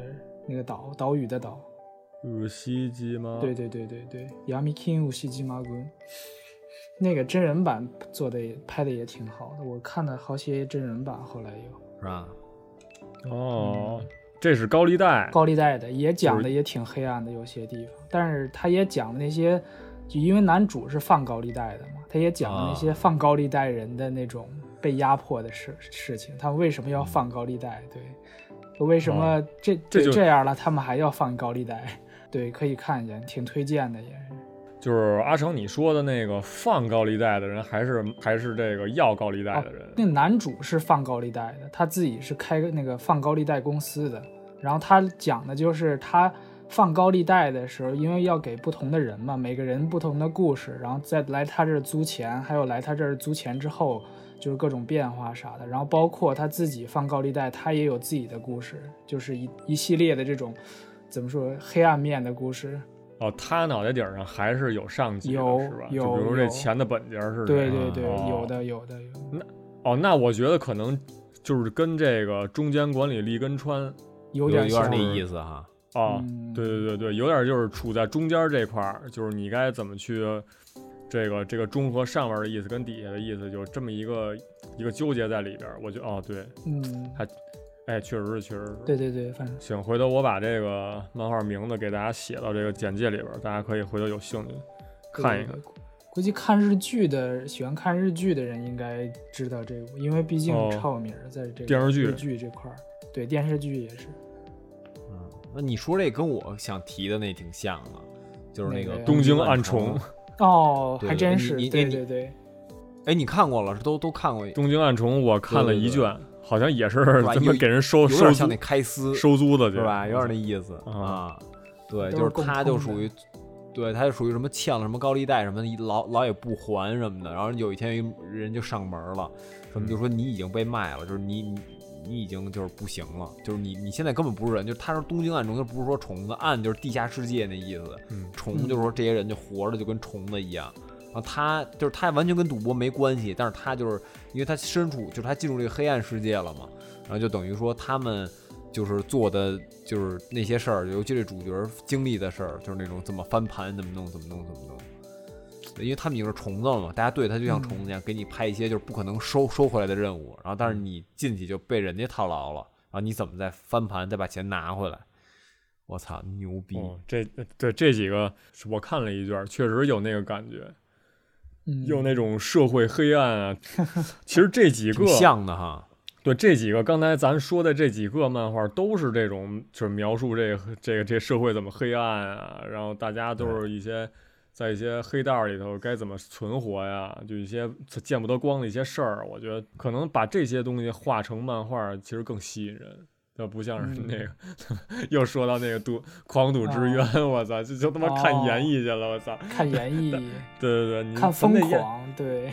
那个岛屿的岛。 乌西基吗？ 对，Yamikin 乌西基马滚，那个真人版拍的也挺好的，我看了好些真人版，后来有是吧？ 哦，这是高利贷的，也讲的也挺黑暗的，有些地方，但是他也讲的那些，就因为男主是放高利贷的嘛，他也讲的那些放高利贷人的那种被压迫的事情，他们为什么要放高利贷？对，为什么这样了，他们还要放高利贷？对，可以看一下，挺推荐的也是。 就是阿成你说的那个放高利贷的人，还是这个要高利贷的人？ 那男主是放高利贷的，他自己是开那个放高利贷公司的，然后他讲的就是他放高利贷的时候，因为要给不同的人嘛，每个人不同的故事，然后再来他这儿租钱，还有来他这儿租钱之后就是各种变化啥的，然后包括他自己放高利贷，他也有自己的故事，就是一系列的这种怎么说黑暗面的故事。 哦，他脑袋顶上还是有上级的，是吧？ 有， 就比如这钱的本家是。 对， 哦、 有的。 那我觉得可能就是跟这个中间管理立根川有点那意思哈。 对，有点就是处在中间这块儿，就是你该怎么去这个中和上面的意思跟底下的意思，就这么一个纠结在里边。我觉得对，确实是。 对，反正行，回头我把这个漫画名字给大家写到这个简介里边，大家可以回头有兴趣看一看。 估计喜欢看日剧的人应该知道这部，因为毕竟超有名，在这个电视剧日剧这块儿，对电视剧也是。 那你说这跟我想提的那挺像的，就是那个东京暗虫。 哦，还真是。对。 哎，你看过了？都看过。 东京暗虫我看了一卷。好像也是怎么给人收像那开司收租的， 是吧？有点那意思啊。对，就是他就属于，他就属于什么欠了什么高利贷什么的，老也不还什么的。然后有一天人就上门了，什么就说你已经被卖了，就是你已经就是不行了，就是你现在根本不是人。就是他说东京暗虫就不是说虫子，暗就是地下世界那意思，虫就是说这些人就活着就跟虫子一样。然后他完全跟赌博没关系，但是他就是因为他就是他进入这个黑暗世界了嘛，然后就等于说他们就是做的就是那些事儿，尤其这主角经历的事儿，就是那种怎么翻盘怎么弄，因为他们已经是虫子了嘛，大家对他就像虫子一样，给你派一些就是不可能收回来的任务，然后但是你进去就被人家套牢了，然后你怎么再翻盘再把钱拿回来？我操，牛逼！ 这几个我看了一卷，确实有那个感觉。有那种社会黑暗啊，其实这几个像的哈。 对，这几个刚才咱说的这几个漫画都是这种，就是描述这社会怎么黑暗啊，然后大家都是在一些黑道里头该怎么存活呀，就一些见不得光的一些事儿。我觉得可能把这些东西画成漫画，其实更吸引人。不像是那个，又说到那个狂赌之渊，我操，就他妈看演绎去了，我操， 看演绎， 对，你看疯狂，对，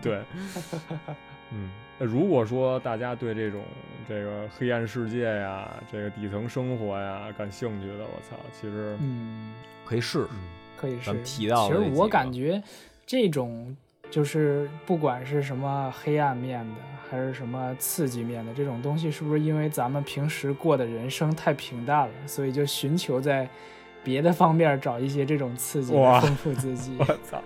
如果说大家对这个黑暗世界呀，这个底层生活呀感兴趣的，我操，其实可以试，咱们提到其实我感觉这种就是不管是什么黑暗面的还是什么刺激面的这种东西，是不是因为咱们平时过的人生太平淡了，所以就寻求在别的方面找一些这种刺激来丰富自己？ 我操！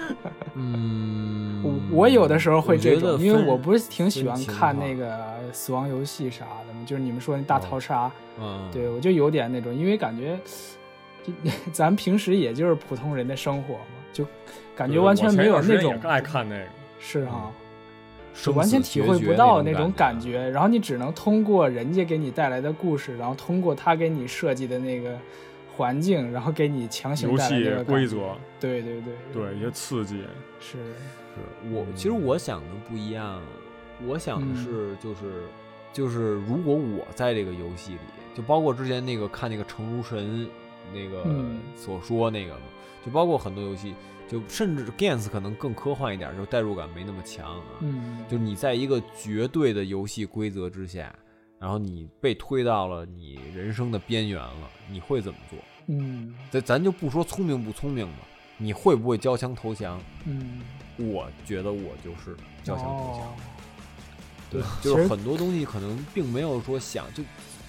我有的时候会这种，因为我不是挺喜欢看那个死亡游戏啥的吗？就是你们说那大逃杀，对，我就有点那种，因为感觉咱平时也就是普通人的生活嘛，就感觉完全没有那种爱看那个， 是哈。就完全体会不到那种感觉，然后你只能通过人家给你带来的故事，然后通过他给你设计的那个环境，然后给你强行带来游戏规则， 对， 一些刺激， 是其实我想的不一样，我想的是就是如果我在这个游戏里，就包括之前那个看那个诚如神那个所说那个嘛，就包括很多游戏。就甚至 Gans 可能更科幻一点，就代入感没那么强啊。就是你在一个绝对的游戏规则之下，然后你被推到了你人生的边缘了，你会怎么做？咱就不说聪明不聪明吧，你会不会交枪投降？我觉得我就是交枪投降。对，就是很多东西可能并没有说想，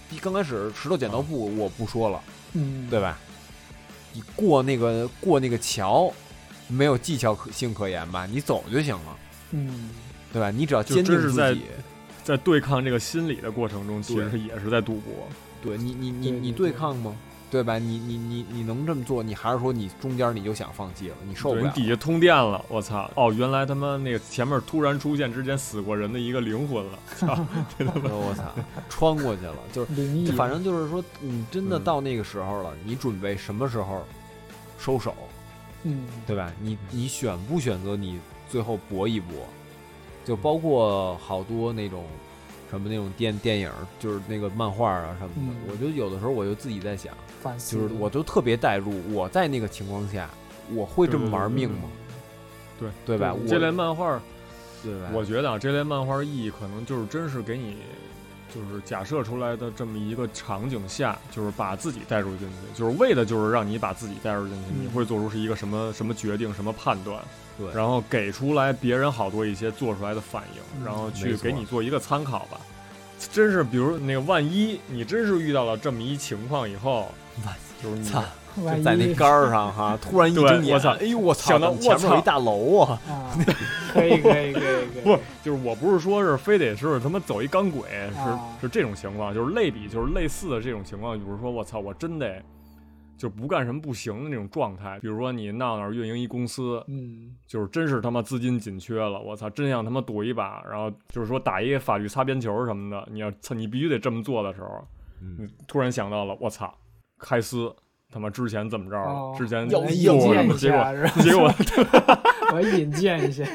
刚开始石头剪刀布我不说了，对吧？你过那个桥，没有技巧性可言吧？你走就行了，对吧？你只要坚定自己， 在对抗这个心理的过程中，其实也是在赌博。 对你对抗吗？对吧？你能这么做？你还是说你中间你就想放弃了？你受不了？ 你底下通电了，我操！哦，原来他妈那个前面突然出现之前死过人的一个灵魂了，操！ 我操，穿过去了，就是反正就是说，你真的到那个时候了，你准备什么时候收手？对吧？你选不选择你最后搏一搏？就包括好多那种。什么那种电影，就是那个漫画啊什么的，我就有的时候我就自己在想，就是我就特别代入，我在那个情况下，我会这么玩命吗？对吧？ 这类漫画， 对吧？ 我觉得啊，这类漫画意义可能就是真是给你，就是假设出来的这么一个场景下，就是把自己带入进去，就是为的就是让你把自己带入进去，你会做出是一个什么决定、什么判断。 对， 然后给出来别人好多一些做出来的反应，然后去给你做一个参考吧。真是，比如那个万一你真是遇到了这么一情况以后，就是你就在那杆儿上哈，突然一睁眼， 我操！ 哎呦我操！ 想到前面有一大楼啊！ 可以， 不，就是我不是说是非得是他妈走一钢轨，是这种情况，就是类比，就是类似的这种情况，比如说我操，我真得。就不干什么不行的那种状态，比如说你闹哪运营一公司，就是真是他妈资金紧缺了，我操，真想他妈赌一把，然后就是说打一个法律擦边球什么的，你必须得这么做的时候，你突然想到了，我操，开司他妈之前怎么着，之前要引荐一下， 结果我引荐一下，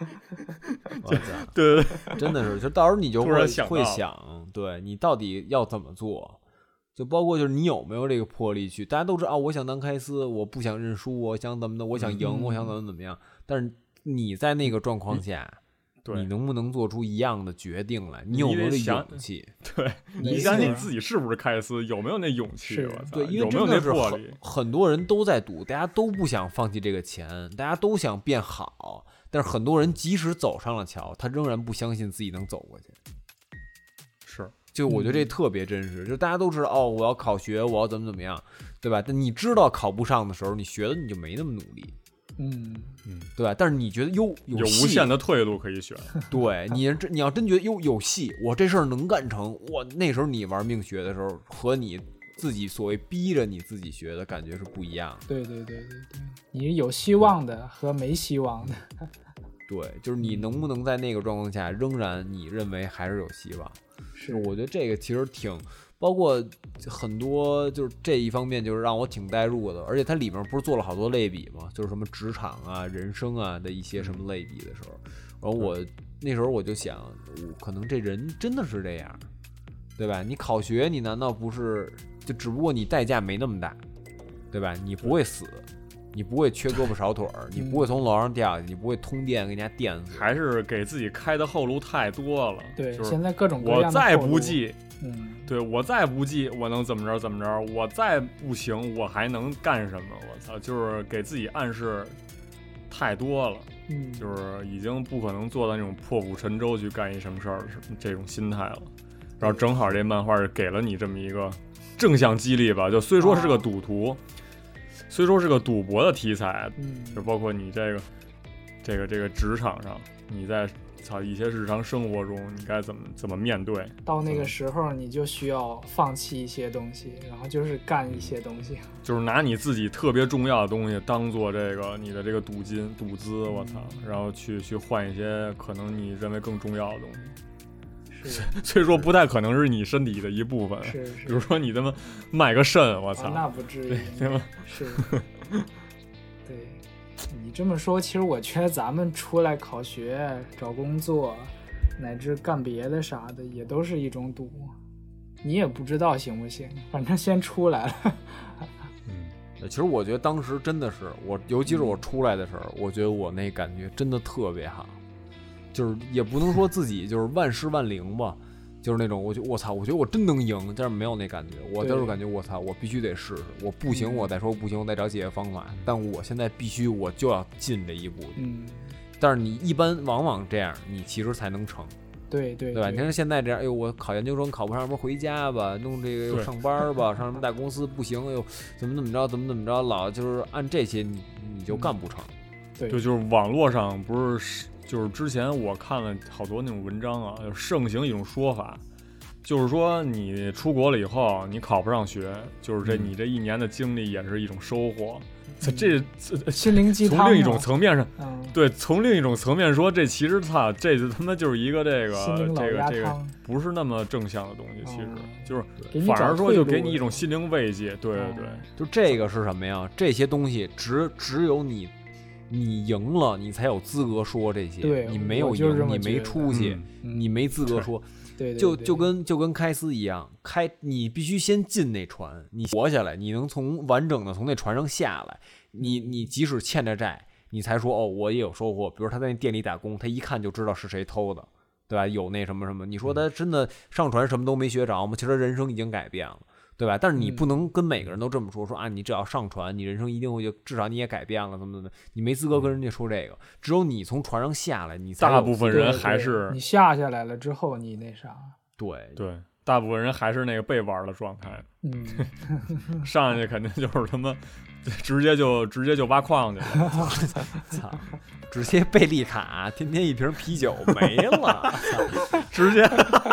对， 真的是，就到时候你就会想， 对你到底要怎么做。就包括就是你有没有这个魄力去，大家都知道我想当开司，我不想认输，我想怎么的，我想赢，我想怎么样。但是你在那个状况下，你能不能做出一样的决定来？你有没有这勇气？ 对，你相信你自己是不是开司，有没有那勇气？ 对，因为真的是很多人都在赌，大家都不想放弃这个钱，大家都想变好，但是很多人即使走上了桥，他仍然不相信自己能走过去。就我觉得这特别真实，就大家都知道我要考学，我要怎么样，对吧？但你知道考不上的时候，你学的你就没那么努力，对吧？但是你觉得有无限的退路可以选， 对你要真觉得有戏，我这事儿能干成，我那时候你玩命学的时候，和你自己所谓逼着你自己学的感觉是不一样的。 对，你有希望的和没希望的， 对，就是你能不能在那个状况下，仍然你认为还是有希望。是，我觉得这个其实挺，包括很多就是这一方面，就是让我挺代入的。而且它里面不是做了好多类比嘛，就是什么职场啊、人生啊的一些什么类比的时候，然后我那时候我就想，可能这人真的是这样，对吧？你考学，你难道不是就只不过你代价没那么大，对吧？你不会死。你不会缺胳膊少腿儿，你不会从楼上掉下去，你不会通电给人家电死， 还是给自己开的后路太多了。 对， 就是现在各种各样的我再不济，对我再不济，我能怎么着？我再不行，我还能干什么？我操，就是给自己暗示太多了，就是已经不可能做到那种破釜沉舟去干一什么事儿这种心态了。然后正好这漫画给了你这么一个正向激励吧，就虽说是个赌徒。虽说是个赌博的题材，就包括你这个职场上，你在一些日常生活中，你该怎么面对？ 到那个时候，你就需要放弃一些东西，然后就是干一些东西， 就是拿你自己特别重要的东西当做这个你的这个赌资，我操，然后去换一些可能你认为更重要的东西。虽说不太可能是你身体的一部分， 是比如说你他妈卖个肾，我操， 那不至于， 对吗？ 是，对，你这么说，其实我觉得咱们出来考学、找工作，乃至干别的啥的，也都是一种赌。你也不知道行不行，反正先出来了。 其实我觉得当时真的是我，尤其是我出来的时候，我觉得我那感觉真的特别好。就是也不能说自己就是万事万灵吧，就是那种我觉得我真能赢，但是没有那感觉。我就是感觉我必须得试试，我不行我再说不行，我再找解决方法。但我现在必须我就要进这一步。但是你一般往往这样，你其实才能成。 对吧？你看现在这样，哎呦，我考研究生考不上，不回家吧，弄这个又上班吧，上什么大公司不行，哎呦，怎么着，老就是按这些你就干不成。 对， 就是网络上不是，就是之前我看了好多那种文章啊，就盛行一种说法，就是说你出国了以后，你考不上学，就是你这1年的经历也是一种收获。这心灵鸡汤。 从另一种层面上，对，从另一种层面说，这其实这他妈就是一个这个不是那么正向的东西，其实就是反而说就给你一种心灵慰藉。对， 就这个是什么呀？这些东西只有你赢了，你才有资格说这些。 对， 你没有赢，你没出息，你没资格说。 对， 就跟开司一样，你必须先进那船，你活下来，你能完整的从那船上下来，你即使欠着债，你才说我也有收获。比如他在那店里打工，他一看就知道是谁偷的，对吧？有那什么什么，你说他真的上船什么都没学着吗？其实人生已经改变了，对吧？但是你不能跟每个人都这么说啊，你只要上船，你人生一定会至少你也改变了，怎么的，你没资格跟人家说这个。只有你从船上下来，你才大部分人还是你下来了之后，你那啥。 对， 大部分人还是那个被玩的状态。上去肯定就是他妈直接就挖矿去了。 操！直接贝利卡，天天一瓶啤酒没了， 直接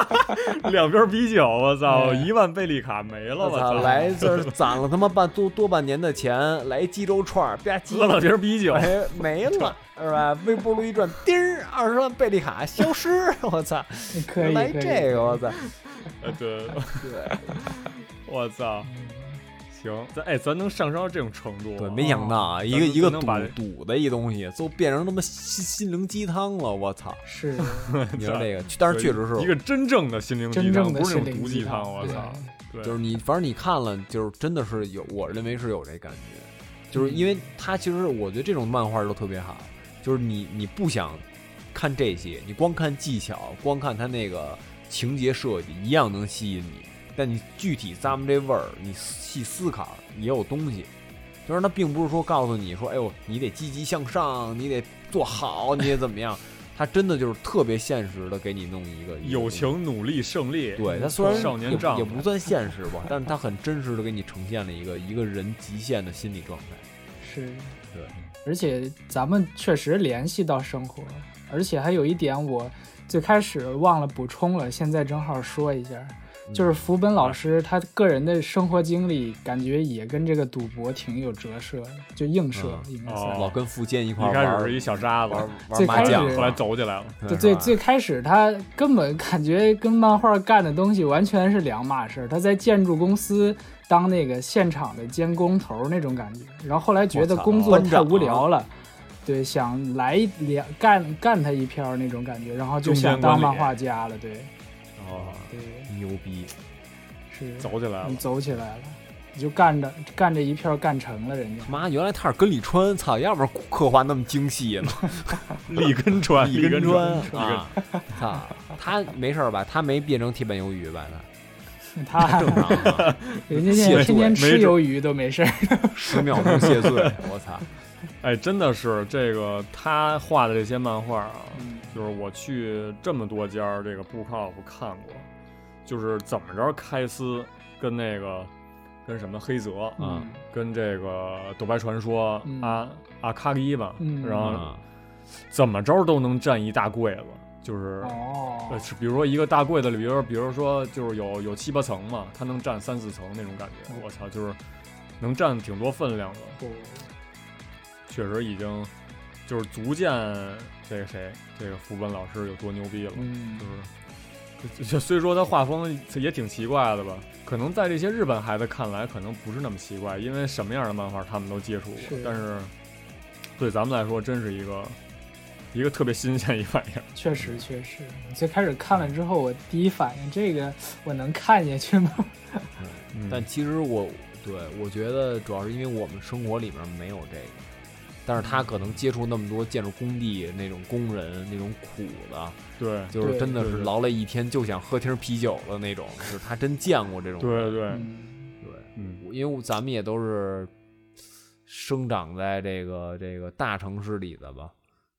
2瓶啤酒，我操，1万贝利卡没了，我操！ 来这攒了他妈多半年的钱，来鸡肉串，吧唧喝了瓶啤酒， 没了，是吧？微波炉一转，叮，20万贝利卡消失，我操！ 可以来这个，我操！ 对，我操！行，咱能上升到这种程度？ 对，没想到啊，一个赌的一东西，都变成他妈心灵鸡汤了，我操！ 是， 你说这个，但是确实是一个真正的心灵鸡汤，不是那种毒鸡汤，我操！对， 就是你，反正你看了，就是真的是有，我认为是有这感觉，就是因为它其实我觉得这种漫画都特别好，就是你不想看这些，你光看技巧，光看它那个情节设计，一样能吸引你。但你具体咂摸这味儿，你细思考也有东西。就是它并不是说告诉你说，哎呦，你得积极向上，你得做好，你得怎么样。它真的就是特别现实的给你弄一个友情、努力、胜利。 对，它虽然少年仗也不算现实吧，但是它很真实的给你呈现了一个人极限的心理状态。 是， 对。 而且咱们确实联系到生活，而且还有一点我最开始忘了补充了，现在正好说一下。就是福本老师他个人的生活经历，感觉也跟这个赌博挺有折射的，就映射，应该算老跟富坚一块玩， 一开始是一小渣子玩麻将， 后来走起来了。 最开始他根本感觉跟漫画干的东西完全是两码事，他在建筑公司当那个现场的监工头那种感觉，然后后来觉得工作太无聊了，对，想来干他一票那种感觉，然后就想当漫画家了，对。对， 牛逼， 是走起来了， 你走起来了，你就干这一票干成了，人家妈，原来他是根里川，操，要不然刻画那么精细呢？ 里根川啊，操，他没事吧？他没变成铁板鱿鱼吧？ 他正常吗？ 人家现在天天吃鱿鱼都没事 ，10秒钟谢罪，我操！ 真的是这个他画的这些漫画啊，就是我去这么多家这个book看过，就是怎么着开司跟什么黑泽跟这个斗白传说阿卡利吧，然后怎么着都能占一大柜子，就是比如说一个大柜子里，比如说就是有7、8层嘛，他能占3、4层那种感觉，我操，就是能占挺多分量的。确实已经就是足见这个福本老师有多牛逼了，就是虽说他画风也挺奇怪的吧，可能在这些日本孩子看来可能不是那么奇怪，因为什么样的漫画他们都接触过，但是对咱们来说真是一个特别新鲜一玩意儿。 确实，最开始看了之后，我第一反应这个我能看下去吗？ 但其实我觉得主要是因为我们生活里面没有这个。但是他可能接触那么多建筑工地那种工人那种苦的， 对， 就是真的是劳累一天就想喝瓶啤酒的那种，就是他真见过这种。 对， 因为咱们也都是生长在这个大城市里的吧，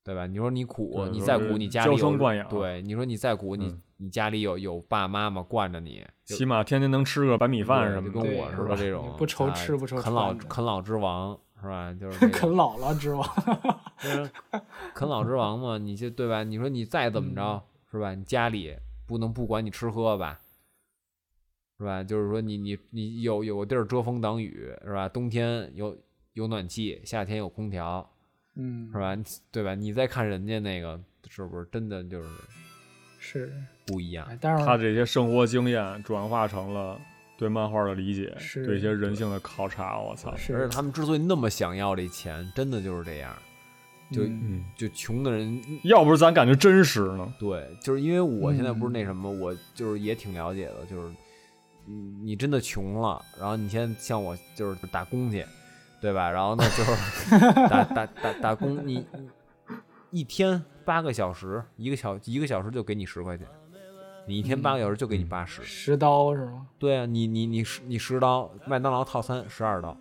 对吧？你说你苦， 对你再苦，你家里娇生惯养对，你说你再苦，你家里有爸爸妈妈惯着你， 起码天天能吃个白米饭什么的， 就跟我似的这种， 不愁吃不愁啃老之王是吧？就是啃姥姥之王， 就是啃老之王嘛，你就对吧？你说你再怎么着是吧？你家里不能不管你吃喝吧？是吧？就是说你有个地儿遮风挡雨是吧？冬天有暖气，夏天有空调，是吧？对吧？你再看人家那个，是不是真的就是不一样？ 但是他这些生活经验转化成了对漫画的理解，对一些人性的考察。我操！ 而且他们之所以那么想要这钱，真的就是这样。就穷的人， 要不是咱感觉真实呢？ 对，就是因为我现在不是那什么，我就是也挺了解的，就是你真的穷了，然后你现在像我就是打工去，对吧？然后呢就是打工，你一天8个小时，一个小时就给你10块钱，你一天8个小时就给你80，10 刀是吗？ 对啊，你10刀，麦当劳套餐12刀。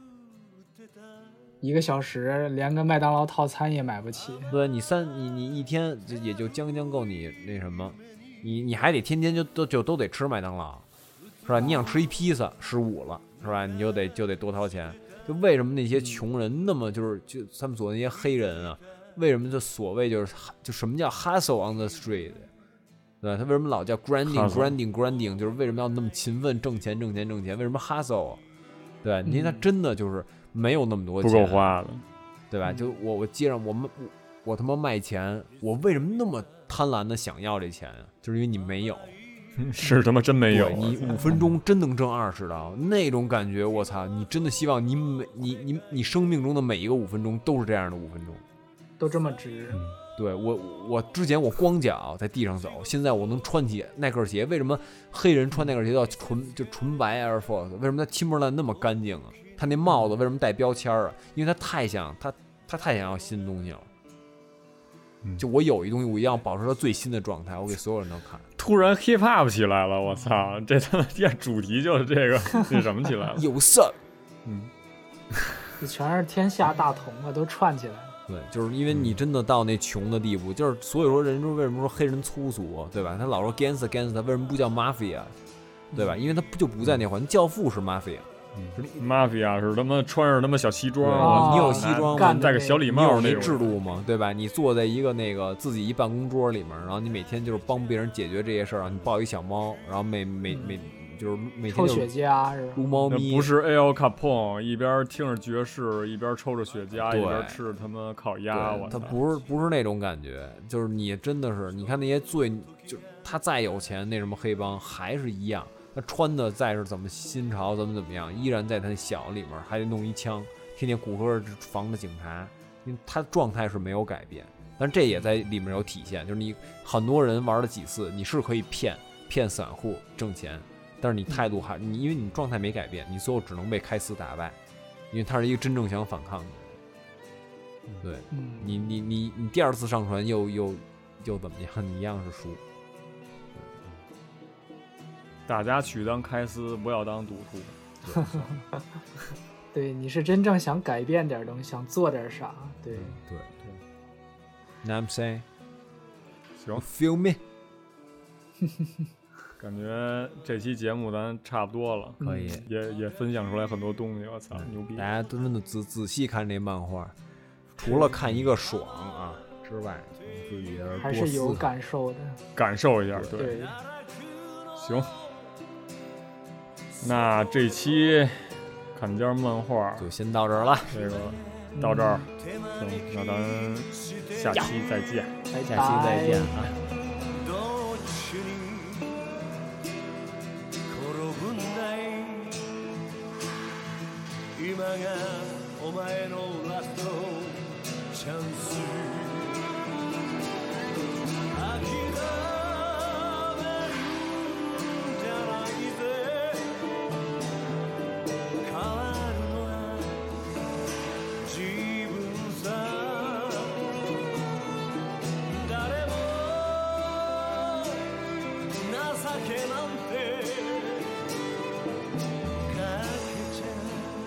1个小时连个麦当劳套餐也买不起。 对，你一天也就将够你那什么，你还得天天都得吃麦当劳，是吧？你想吃一披萨15了，是吧？你就得多掏钱。就为什么那些穷人那么就他们所谓那些黑人啊，为什么就所谓就什么叫 hustle on the street， 对吧？他为什么老叫 grinding， 就是为什么要那么勤奋挣钱？为什么 hustle？ 对吧？因为他真的就是没有那么多钱， 不够花的， 对吧？就我街上我他妈卖钱，我为什么那么贪婪的想要这钱啊？就是因为你没有， 是他妈真没有。 你5分钟真能挣20刀，那种感觉，我操！你真的希望你生命中的每一个5分钟都是这样的5分钟， 都这么值。 对，我之前我光脚在地上走，现在我能穿起耐克鞋。为什么黑人穿耐克鞋叫纯白 Air Force？ 为什么他 Timberland 那么干净啊？他那帽子为什么带标签啊？因为他太想要新东西了。就我有一东西，我一定要保持它最新的状态，我给所有人都看。 突然 hip hop 起来了，我操！这他妈主题就是这个那什么起来了？ 有色， 这全是天下大同啊，都串起来了。 对，就是因为你真的到那穷的地步，就是所以说人说为什么说黑人粗俗，对吧？他老说 gangster， 他为什么不叫 mafia， 对吧？因为他不在那环，教父是 mafia。mafia 是他妈穿着他妈小西装， 你有西装吗？ 戴个小礼帽， 你有那制度吗？对吧？你坐在一个那个自己一办公桌里面，然后你每天就是帮别人解决这些事儿，你抱一小猫，然后每就是每天抽雪茄是吧？ 撸猫咪， 不是 Al Capone 一边听着爵士一边抽着雪茄一边吃着他妈烤鸭，我他不是那种感觉，就是你真的是，你看那些就他再有钱，那什么黑帮还是一样。他穿的再是怎么新潮怎么样，依然在他小里面还得弄一枪，天天蛊惑防的警察，因为他状态是没有改变。但这也在里面有体现，就是你很多人玩了几次，你是可以骗散户挣钱，但是你态度你因为你状态没改变，你最后只能被开司打败，因为他是一个真正想反抗的人。对，你第2次上船又怎么样？你一样是输。 大家去当开司，不要当赌徒。 对，你是真正想改变点东西，想做点啥？对。 I'm saying， 行 ，feel me。 感觉这期节目咱差不多了， 可以， 也分享出来很多东西，我操，牛逼！ 大家都真的仔细看这漫画，除了看一个爽啊之外，自己还是有感受的， 感受一下，对。行。那这期砍尖漫画就先到这儿了， 这个到这儿，行，那咱下期再见， 下期再见啊。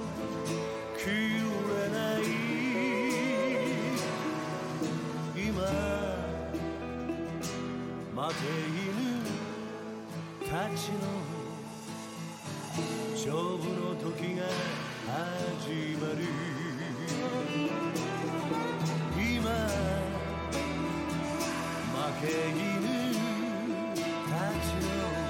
今たちの勝負の時が始まる今負け犬たちの